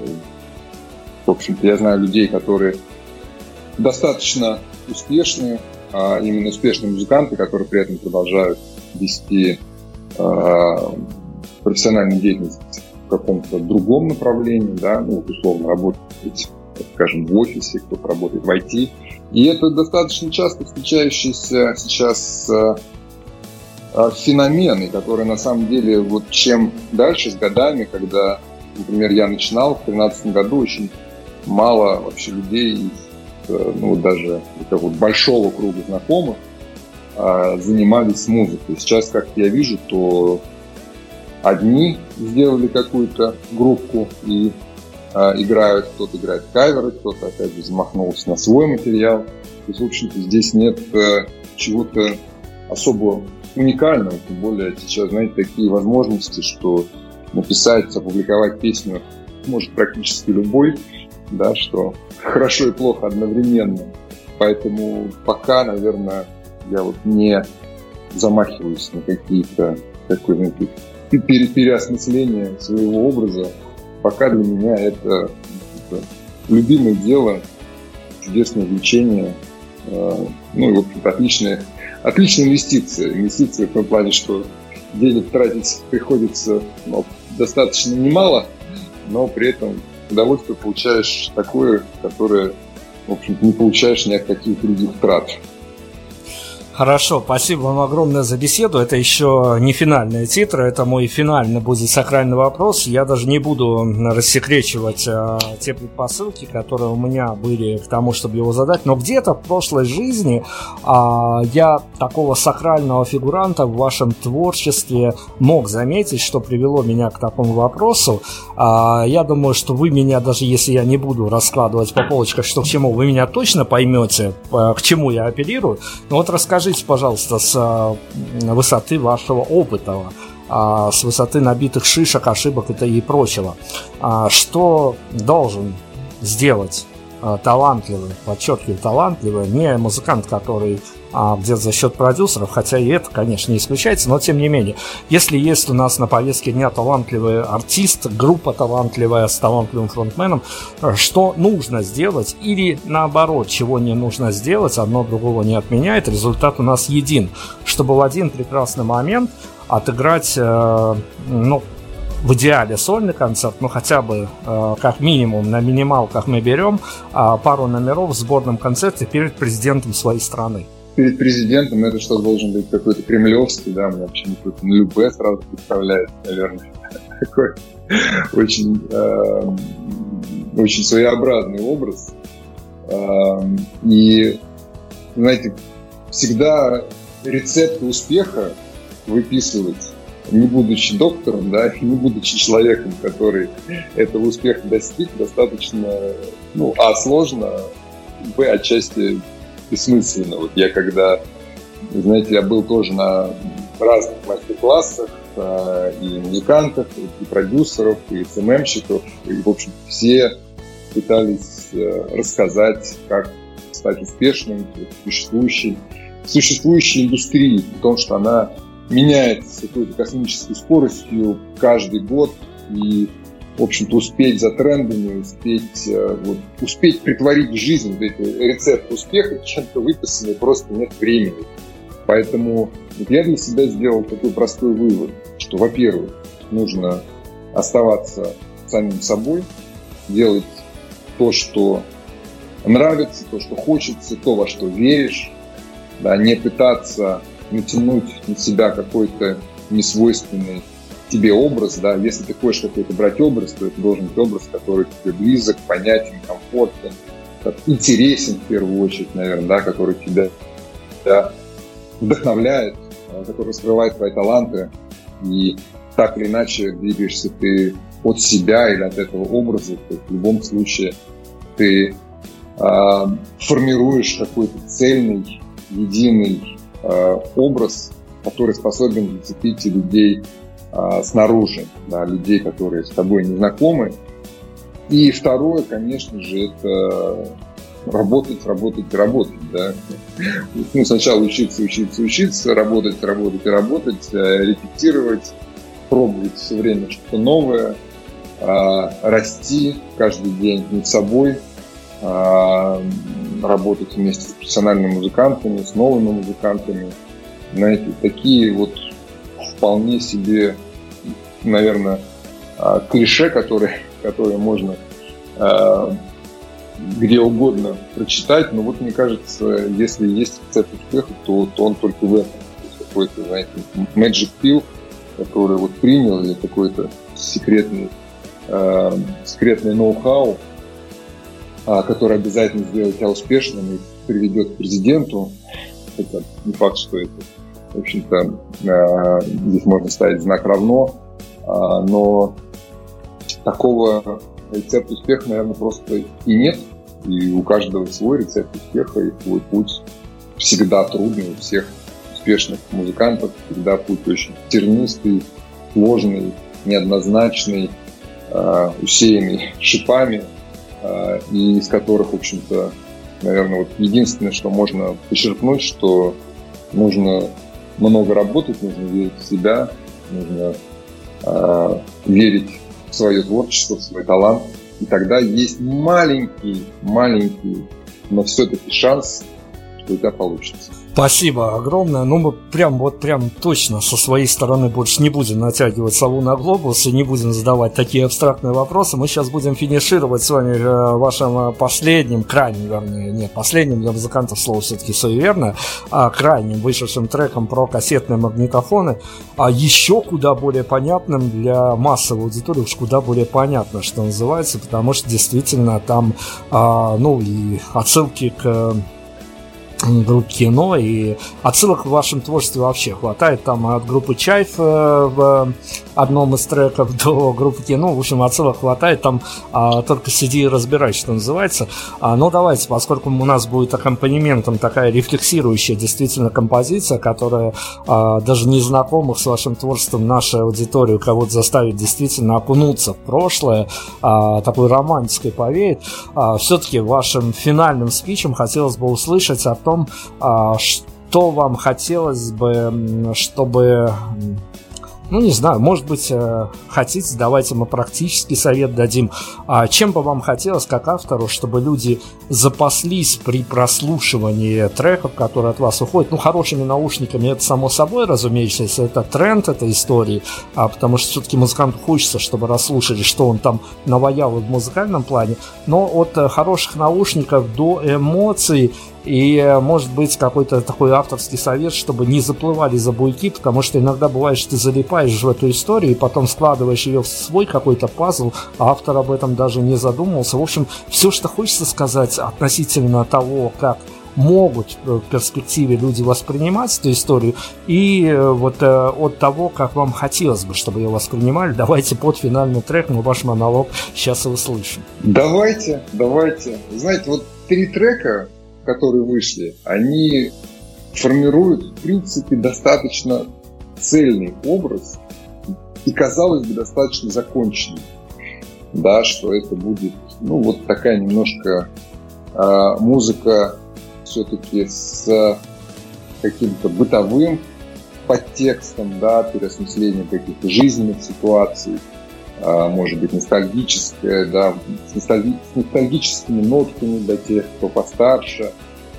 S4: в общем-то, я знаю людей, которые достаточно успешные, а именно успешные музыканты, которые при этом продолжают вести э, профессиональную деятельность в каком-то другом направлении, да, ну, условно, работать, скажем, в офисе, кто-то работает в ай ти. И это достаточно часто встречающийся сейчас э, э, феномен, который на самом деле, вот чем дальше, с годами, когда, например, я начинал в две тысячи тринадцатом году, очень мало вообще людей из, э, ну, даже такого большого круга знакомых э, занимались музыкой. Сейчас, как я вижу, то одни сделали какую-то группу и э, играют, кто-то играет каверы, кто-то, опять же, замахнулся на свой материал. То есть, в общем-то, здесь нет э, чего-то особо уникального, тем более сейчас, знаете, такие возможности, что написать, опубликовать песню может практически любой, да, что хорошо и плохо одновременно. Поэтому пока, наверное, я вот не замахиваюсь на какие-то такое, знаете, переосмысления своего образа. Пока для меня это, это любимое дело, чудесное увлечение, э, ну и, в общем-то, отличная, отличная инвестиция. Инвестиция в том плане, что денег тратить приходится, ну, достаточно немало, но при этом удовольствие получаешь такое, которое, в общем-то, не получаешь ни от каких других трат.
S3: Хорошо, спасибо вам огромное за беседу. Это еще не финальная титра, это мой финальный будет сакральный вопрос. Я даже не буду рассекречивать а, те предпосылки, которые у меня были к тому, чтобы его задать. Но где-то в прошлой жизни а, я такого сакрального фигуранта в вашем творчестве мог заметить, что привело меня к такому вопросу. А, я думаю, что вы меня, даже если я не буду раскладывать по полочкам, что к чему, вы меня точно поймете, к чему я апеллирую. Но вот расскажите, Скажите, пожалуйста, с высоты вашего опыта, с высоты набитых шишек, ошибок и прочего, что должен сделать талантливый, подчеркиваю, талантливый, не музыкант, который где-то за счет продюсеров, хотя и это, конечно, не исключается, но тем не менее, если есть у нас на повестке дня талантливый артист, группа талантливая с талантливым фронтменом, что нужно сделать или наоборот, чего не нужно сделать, одно другого не отменяет, результат у нас един, чтобы в один прекрасный момент отыграть, ну, в идеале сольный концерт, ну хотя бы э, как минимум на минималках мы берем э, пару номеров в сборном концерте перед президентом своей страны.
S4: Перед президентом это что, должен быть какой-то кремлевский, да, мне почему-то на Любе сразу представляет, наверное, такой очень, э, очень своеобразный образ. Э, и, знаете, всегда рецепты успеха выписывать, не будучи доктором, да, не будучи человеком, который этого успеха достиг, достаточно, ну, а, сложно, б, отчасти бессмысленно. Вот я когда, знаете, я был тоже на разных мастер-классах э, и музыкантов, и продюсеров, и эс эм эм-щиков, и, в общем, все пытались э, рассказать, как стать успешным в существующей, в существующей индустрии, потому что она меняется с какой-то космической скоростью каждый год, и, в общем-то, успеть за трендами, успеть, вот, успеть притворить в жизнь вот эти рецепты успеха, чем-то выписанные, просто нет времени. Поэтому вот я для себя сделал такой простой вывод, что, во-первых, нужно оставаться самим собой, делать то, что нравится, то, что хочется, то, во что веришь, да, не пытаться натянуть на себя какой-то несвойственный тебе образ, да, если ты хочешь какой-то брать образ, то это должен быть образ, который тебе близок, понятен, комфортен, интересен в первую очередь, наверное, да, который тебя, да, вдохновляет, который раскрывает твои таланты, и так или иначе двигаешься ты от себя или от этого образа, то в любом случае ты э, формируешь какой-то цельный, единый образ, который способен зацепить людей а, снаружи, да, людей, которые с тобой не знакомы. И второе, конечно же, это работать, работать и работать. Да. Ну, сначала учиться, учиться, учиться, работать, работать и работать, репетировать, пробовать все время что-то новое, а, расти каждый день над собой, а, работать вместе с профессиональными музыкантами, с новыми музыкантами. Знаете, такие вот вполне себе, наверное, клише, которые, которые можно где угодно прочитать. Но вот мне кажется, если есть рецепт успеха, то, то он только в этом. То есть какой-то, знаете, magic pill, который вот принял, или какой-то секретный, секретный ноу-хау, который обязательно сделает тебя успешным и приведет к президенту. Это не факт, что это, в общем-то, здесь можно ставить знак равно, но такого рецепт успеха, наверное, просто и нет. И у каждого свой рецепт успеха, и свой путь всегда трудный. У всех успешных музыкантов всегда путь очень тернистый, сложный, неоднозначный, э, усеянный шипами, э, и из которых, в общем-то, наверное, вот единственное, что можно почерпнуть, что нужно много работать, нужно верить в себя, нужно э, верить в свое творчество, в свой талант. И тогда есть маленький, маленький, но все-таки шанс, что у тебя получится.
S3: Спасибо огромное. Ну, мы прям вот прям точно со своей стороны больше не будем натягивать сову на глобус и не будем задавать такие абстрактные вопросы. Мы сейчас будем финишировать с вами вашим последним, крайним, вернее, нет, последним для музыкантов слово все-таки суеверное, а крайним вышедшим треком про кассетные магнитофоны, а еще куда более понятным для массовой аудитории, уж куда более понятно, что называется, потому что действительно там, а, ну, и отсылки к группы Кино, и отсылок в вашем творчестве вообще хватает. Там от группы Чайф в одном из треков до группы Кино, в общем, отсылок хватает. Там а, только сиди и разбирай, что называется. А, но давайте, поскольку у нас будет аккомпанементом такая рефлексирующая действительно композиция, которая а, даже незнакомых с вашим творчеством нашей аудитории кого-то заставит действительно окунуться в прошлое, а, такой романтикой повеет, а, все-таки вашим финальным спичем хотелось бы услышать о том, что вам хотелось бы, чтобы, ну, не знаю, может быть, хотите, давайте мы практический совет дадим. Чем бы вам хотелось, как автору, чтобы люди запаслись при прослушивании треков, которые от вас уходят? Ну, хорошими наушниками, это само собой, разумеется, если это тренд этой истории, потому что все-таки музыканту хочется, чтобы расслушали, что он там наваял в музыкальном плане, но от хороших наушников до эмоций. И, может быть, какой-то такой авторский совет, чтобы не заплывали за буйки, потому что иногда бывает, что ты залипаешь в эту историю и потом складываешь ее в свой какой-то пазл, а автор об этом даже не задумывался. В общем, все, что хочется сказать относительно того, как могут в перспективе люди воспринимать эту историю, и вот э, от того, как вам хотелось бы, чтобы ее воспринимали, давайте под финальный трек, мы ваш монолог сейчас и услышим.
S4: Давайте, давайте. Знаете, вот три трека, которые вышли, они формируют, в принципе, достаточно цельный образ и, казалось бы, достаточно законченный. Да, что это будет, ну, вот такая немножко э, музыка все-таки с каким-то бытовым подтекстом, да, переосмыслением каких-то жизненных ситуаций, э, может быть, ностальгическая, да, с, ностальги- с ностальгическими нотками для тех, кто постарше,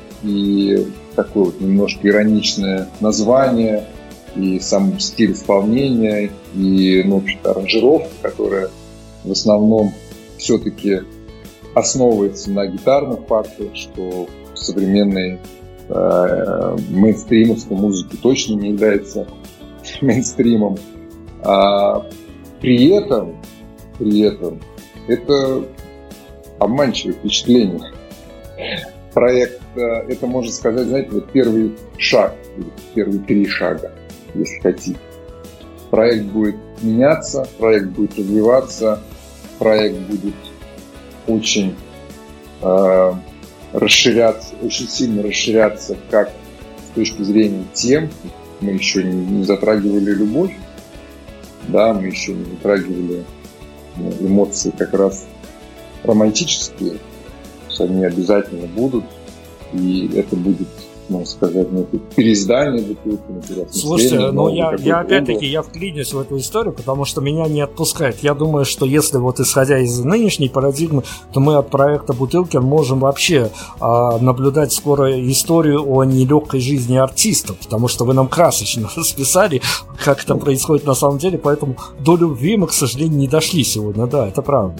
S4: и такое вот немножко ироничное название, и сам стиль исполнения, и, ну, в общем-то, аранжировка, которая в основном все-таки основывается на гитарных партиях, что в современной э, мейнстримовской музыке точно не является мейнстримом. А при этом, при этом это обманчивое впечатление. Проект, это можно сказать, знаете, вот первый шаг, первые три шага, если хотите. Проект будет меняться, проект будет развиваться, проект будет очень э, расширяться, очень сильно расширяться как с точки зрения тем. Мы еще не, не затрагивали любовь, да, мы еще не затрагивали ну, эмоции как раз романтические, то есть они обязательно будут, и это будет, можно сказать, ну, переиздание бутылки.
S3: Слушайте, ну я, я опять-таки я вклинюсь в эту историю, потому что меня не отпускает. Я думаю, что если вот исходя из нынешней парадигмы, то мы от проекта Бутылкин можем вообще а, наблюдать скоро историю о нелегкой жизни артистов, потому что вы нам красочно расписали, как это происходит на самом деле, поэтому до любви мы, к сожалению, не дошли сегодня, да, это правда.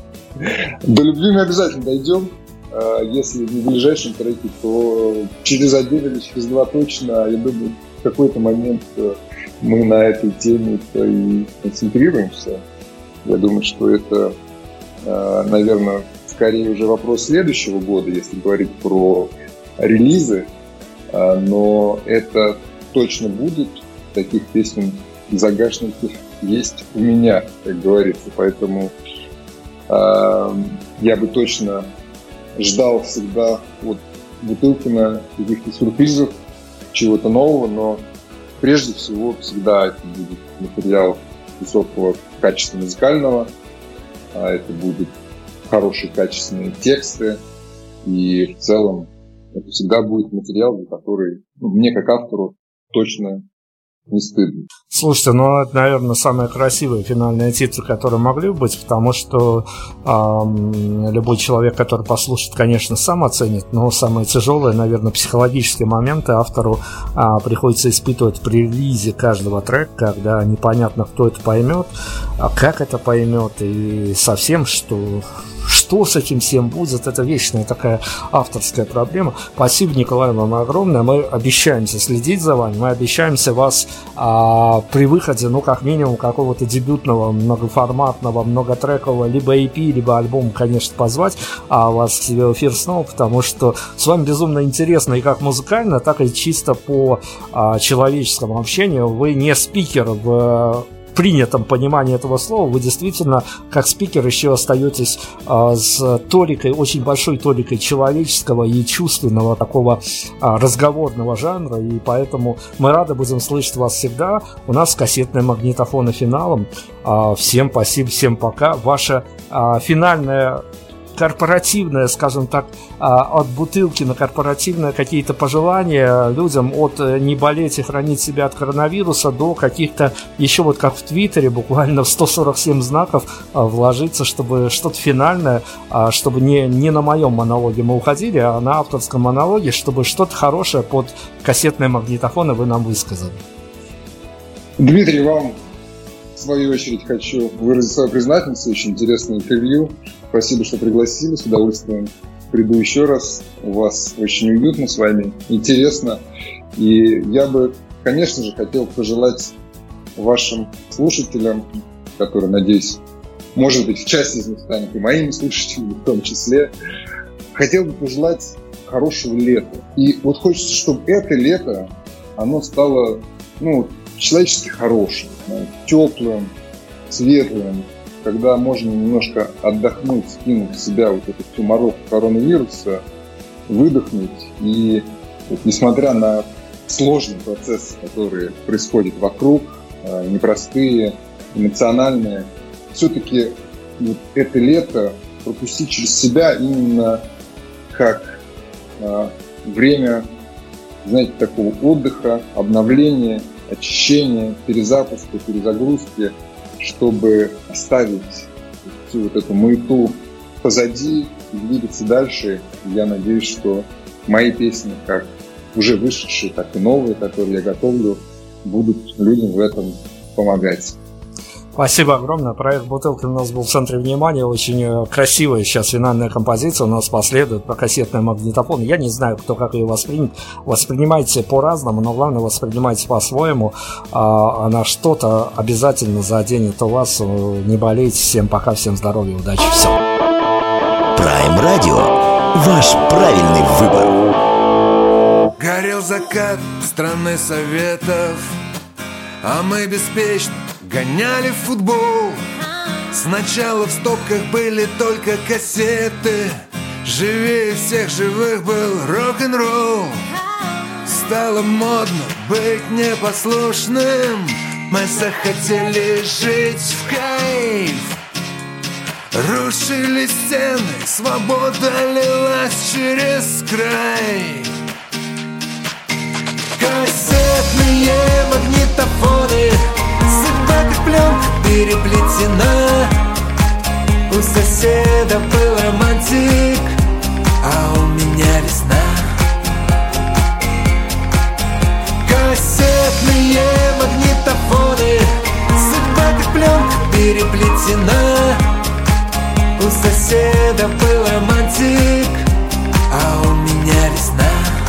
S4: До любви мы обязательно дойдем. Если не в ближайшем треке, то через один или через два точно, я думаю, в какой-то момент мы на этой теме и концентрируемся. Я думаю, что это, наверное, скорее уже вопрос следующего года, если говорить про релизы, но это точно будет. Таких песен в загашнике есть у меня, как говорится, поэтому Я бы точно ждал всегда от Бутылкина каких-то сюрпризов, чего-то нового, но прежде всего всегда это будет материал высокого качества музыкального, а это будут хорошие качественные тексты, и в целом это всегда будет материал, за который, ну, мне как автору точно не стыдно.
S3: Слушайте, ну это, наверное, самые красивые финальные титры, которые могли быть, потому что эм, любой человек, который послушает, конечно, сам оценит, но самые тяжелые, наверное, психологические моменты автору э, приходится испытывать при релизе каждого трека, когда непонятно, кто это поймет, а как это поймет, и совсем, что... Что с этим всем будет, это вечная такая авторская проблема. Спасибо, Николай, вам огромное. Мы обещаемся следить за вами, мы обещаемся вас а, при выходе, ну, как минимум, какого-то дебютного, многоформатного, многотрекового, либо и пи, либо альбома, конечно, позвать а вас к себе в эфир снова, потому что с вами безумно интересно и как музыкально, так и чисто по а, человеческому общению. Вы не спикер в принятом понимании этого слова, вы действительно, как спикер, еще остаетесь а, с толикой, очень большой толикой человеческого и чувственного такого а, разговорного жанра, и поэтому мы рады будем слышать вас всегда. У нас кассетные магнитофоны финалом. А, всем спасибо, всем пока. Ваша а, финальная корпоративное, скажем так, от Бутылкина, корпоративное какие-то пожелания людям от не болеть и хранить себя от коронавируса до каких-то еще вот как в Твиттере буквально в сто сорок семь знаков вложиться, чтобы что-то финальное, чтобы не, не на моем монологе мы уходили, а на авторском монологе, чтобы что-то хорошее под кассетные магнитофоны вы нам высказали.
S4: Дмитрий, вам в свою очередь хочу выразить свою признательность. Очень интересное интервью. Спасибо, что пригласили. С удовольствием приду еще раз. У вас очень уютно с вами, интересно. И я бы, конечно же, хотел пожелать вашим слушателям, которые, надеюсь, может быть, в части из них станут и моими слушателями в том числе, хотел бы пожелать хорошего лета. И вот хочется, чтобы это лето, оно стало, ну, человечески хорошим, теплым, светлым, когда можно немножко отдохнуть, скинуть в себя вот эту всю мороку коронавируса, выдохнуть и, вот, несмотря на сложные процессы, которые происходят вокруг, непростые, эмоциональные, все-таки вот это лето пропустить через себя именно как а, время, знаете, такого отдыха, обновления, очищения, перезапуска, перезагрузки, чтобы оставить всю вот эту маяту позади и двигаться дальше. Я надеюсь, что мои песни, как уже вышедшие, так и новые, которые я готовлю, будут людям в этом помогать.
S3: Спасибо огромное. Проект «Бутылкин» у нас был в центре внимания. Очень красивая сейчас финальная композиция у нас последует про кассетный магнитофон. Я не знаю, кто как ее воспримет. Воспринимайте по-разному, но главное, воспринимайте по-своему. Она что-то обязательно заденет у вас. Не болейте. Всем пока, всем здоровья, удачи, все.
S1: Prime Radio. Ваш правильный выбор.
S2: Горел закат страны Советов, а мы беспечно гоняли в футбол. Сначала в стопках были только кассеты, живее всех живых был рок-н-ролл. Стало модно быть непослушным, мы захотели жить в кайф. Рушили стены, свобода лилась через край. Кассетные магнитофоны, судьба как пленка переплетена. У соседа был романтик, а у меня весна. Кассетные магнитофоны, судьба как пленка переплетена. У соседа был романтик, а у меня весна.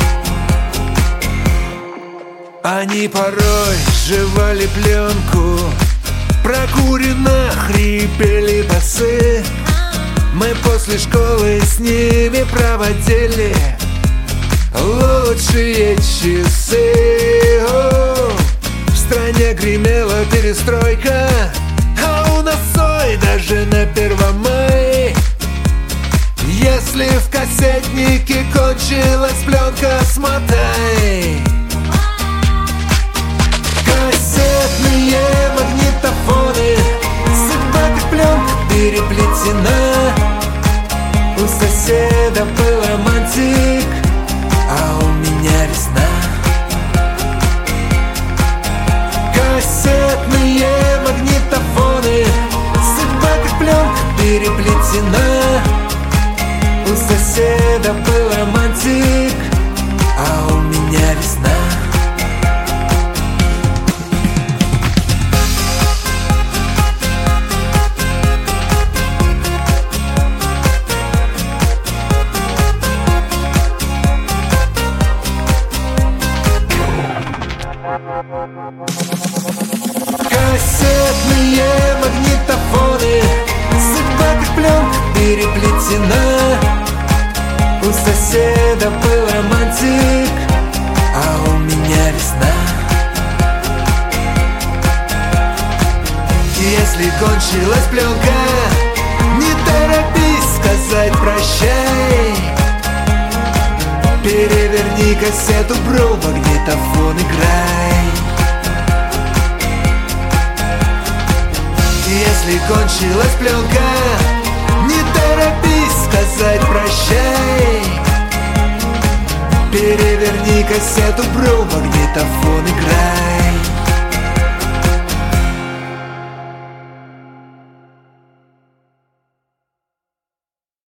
S2: Они порой жевали пленку, прокуренно хрипели басы. Мы после школы с ними проводили лучшие часы. О, в стране гремела перестройка, а у нас ой, даже на Первомай. кончилась пленка, смотай. Кассетные магнитофоны, судьба как пленка переплетена. У соседа был романтик, а у меня весна. Кассетные магнитофоны, судьба как пленка переплетена. У соседа был романтик, а у меня весна. Кассетные магнитофоны, судьба как пленка переплетена. У соседа был романтик, а у меня весна. Если кончилась пленка, не торопись сказать прощай. Переверни кассету, бро, магнитофон играй. Если кончилась пленка, не торопись сказать прощай. Переверни кассету, бро, магнитофон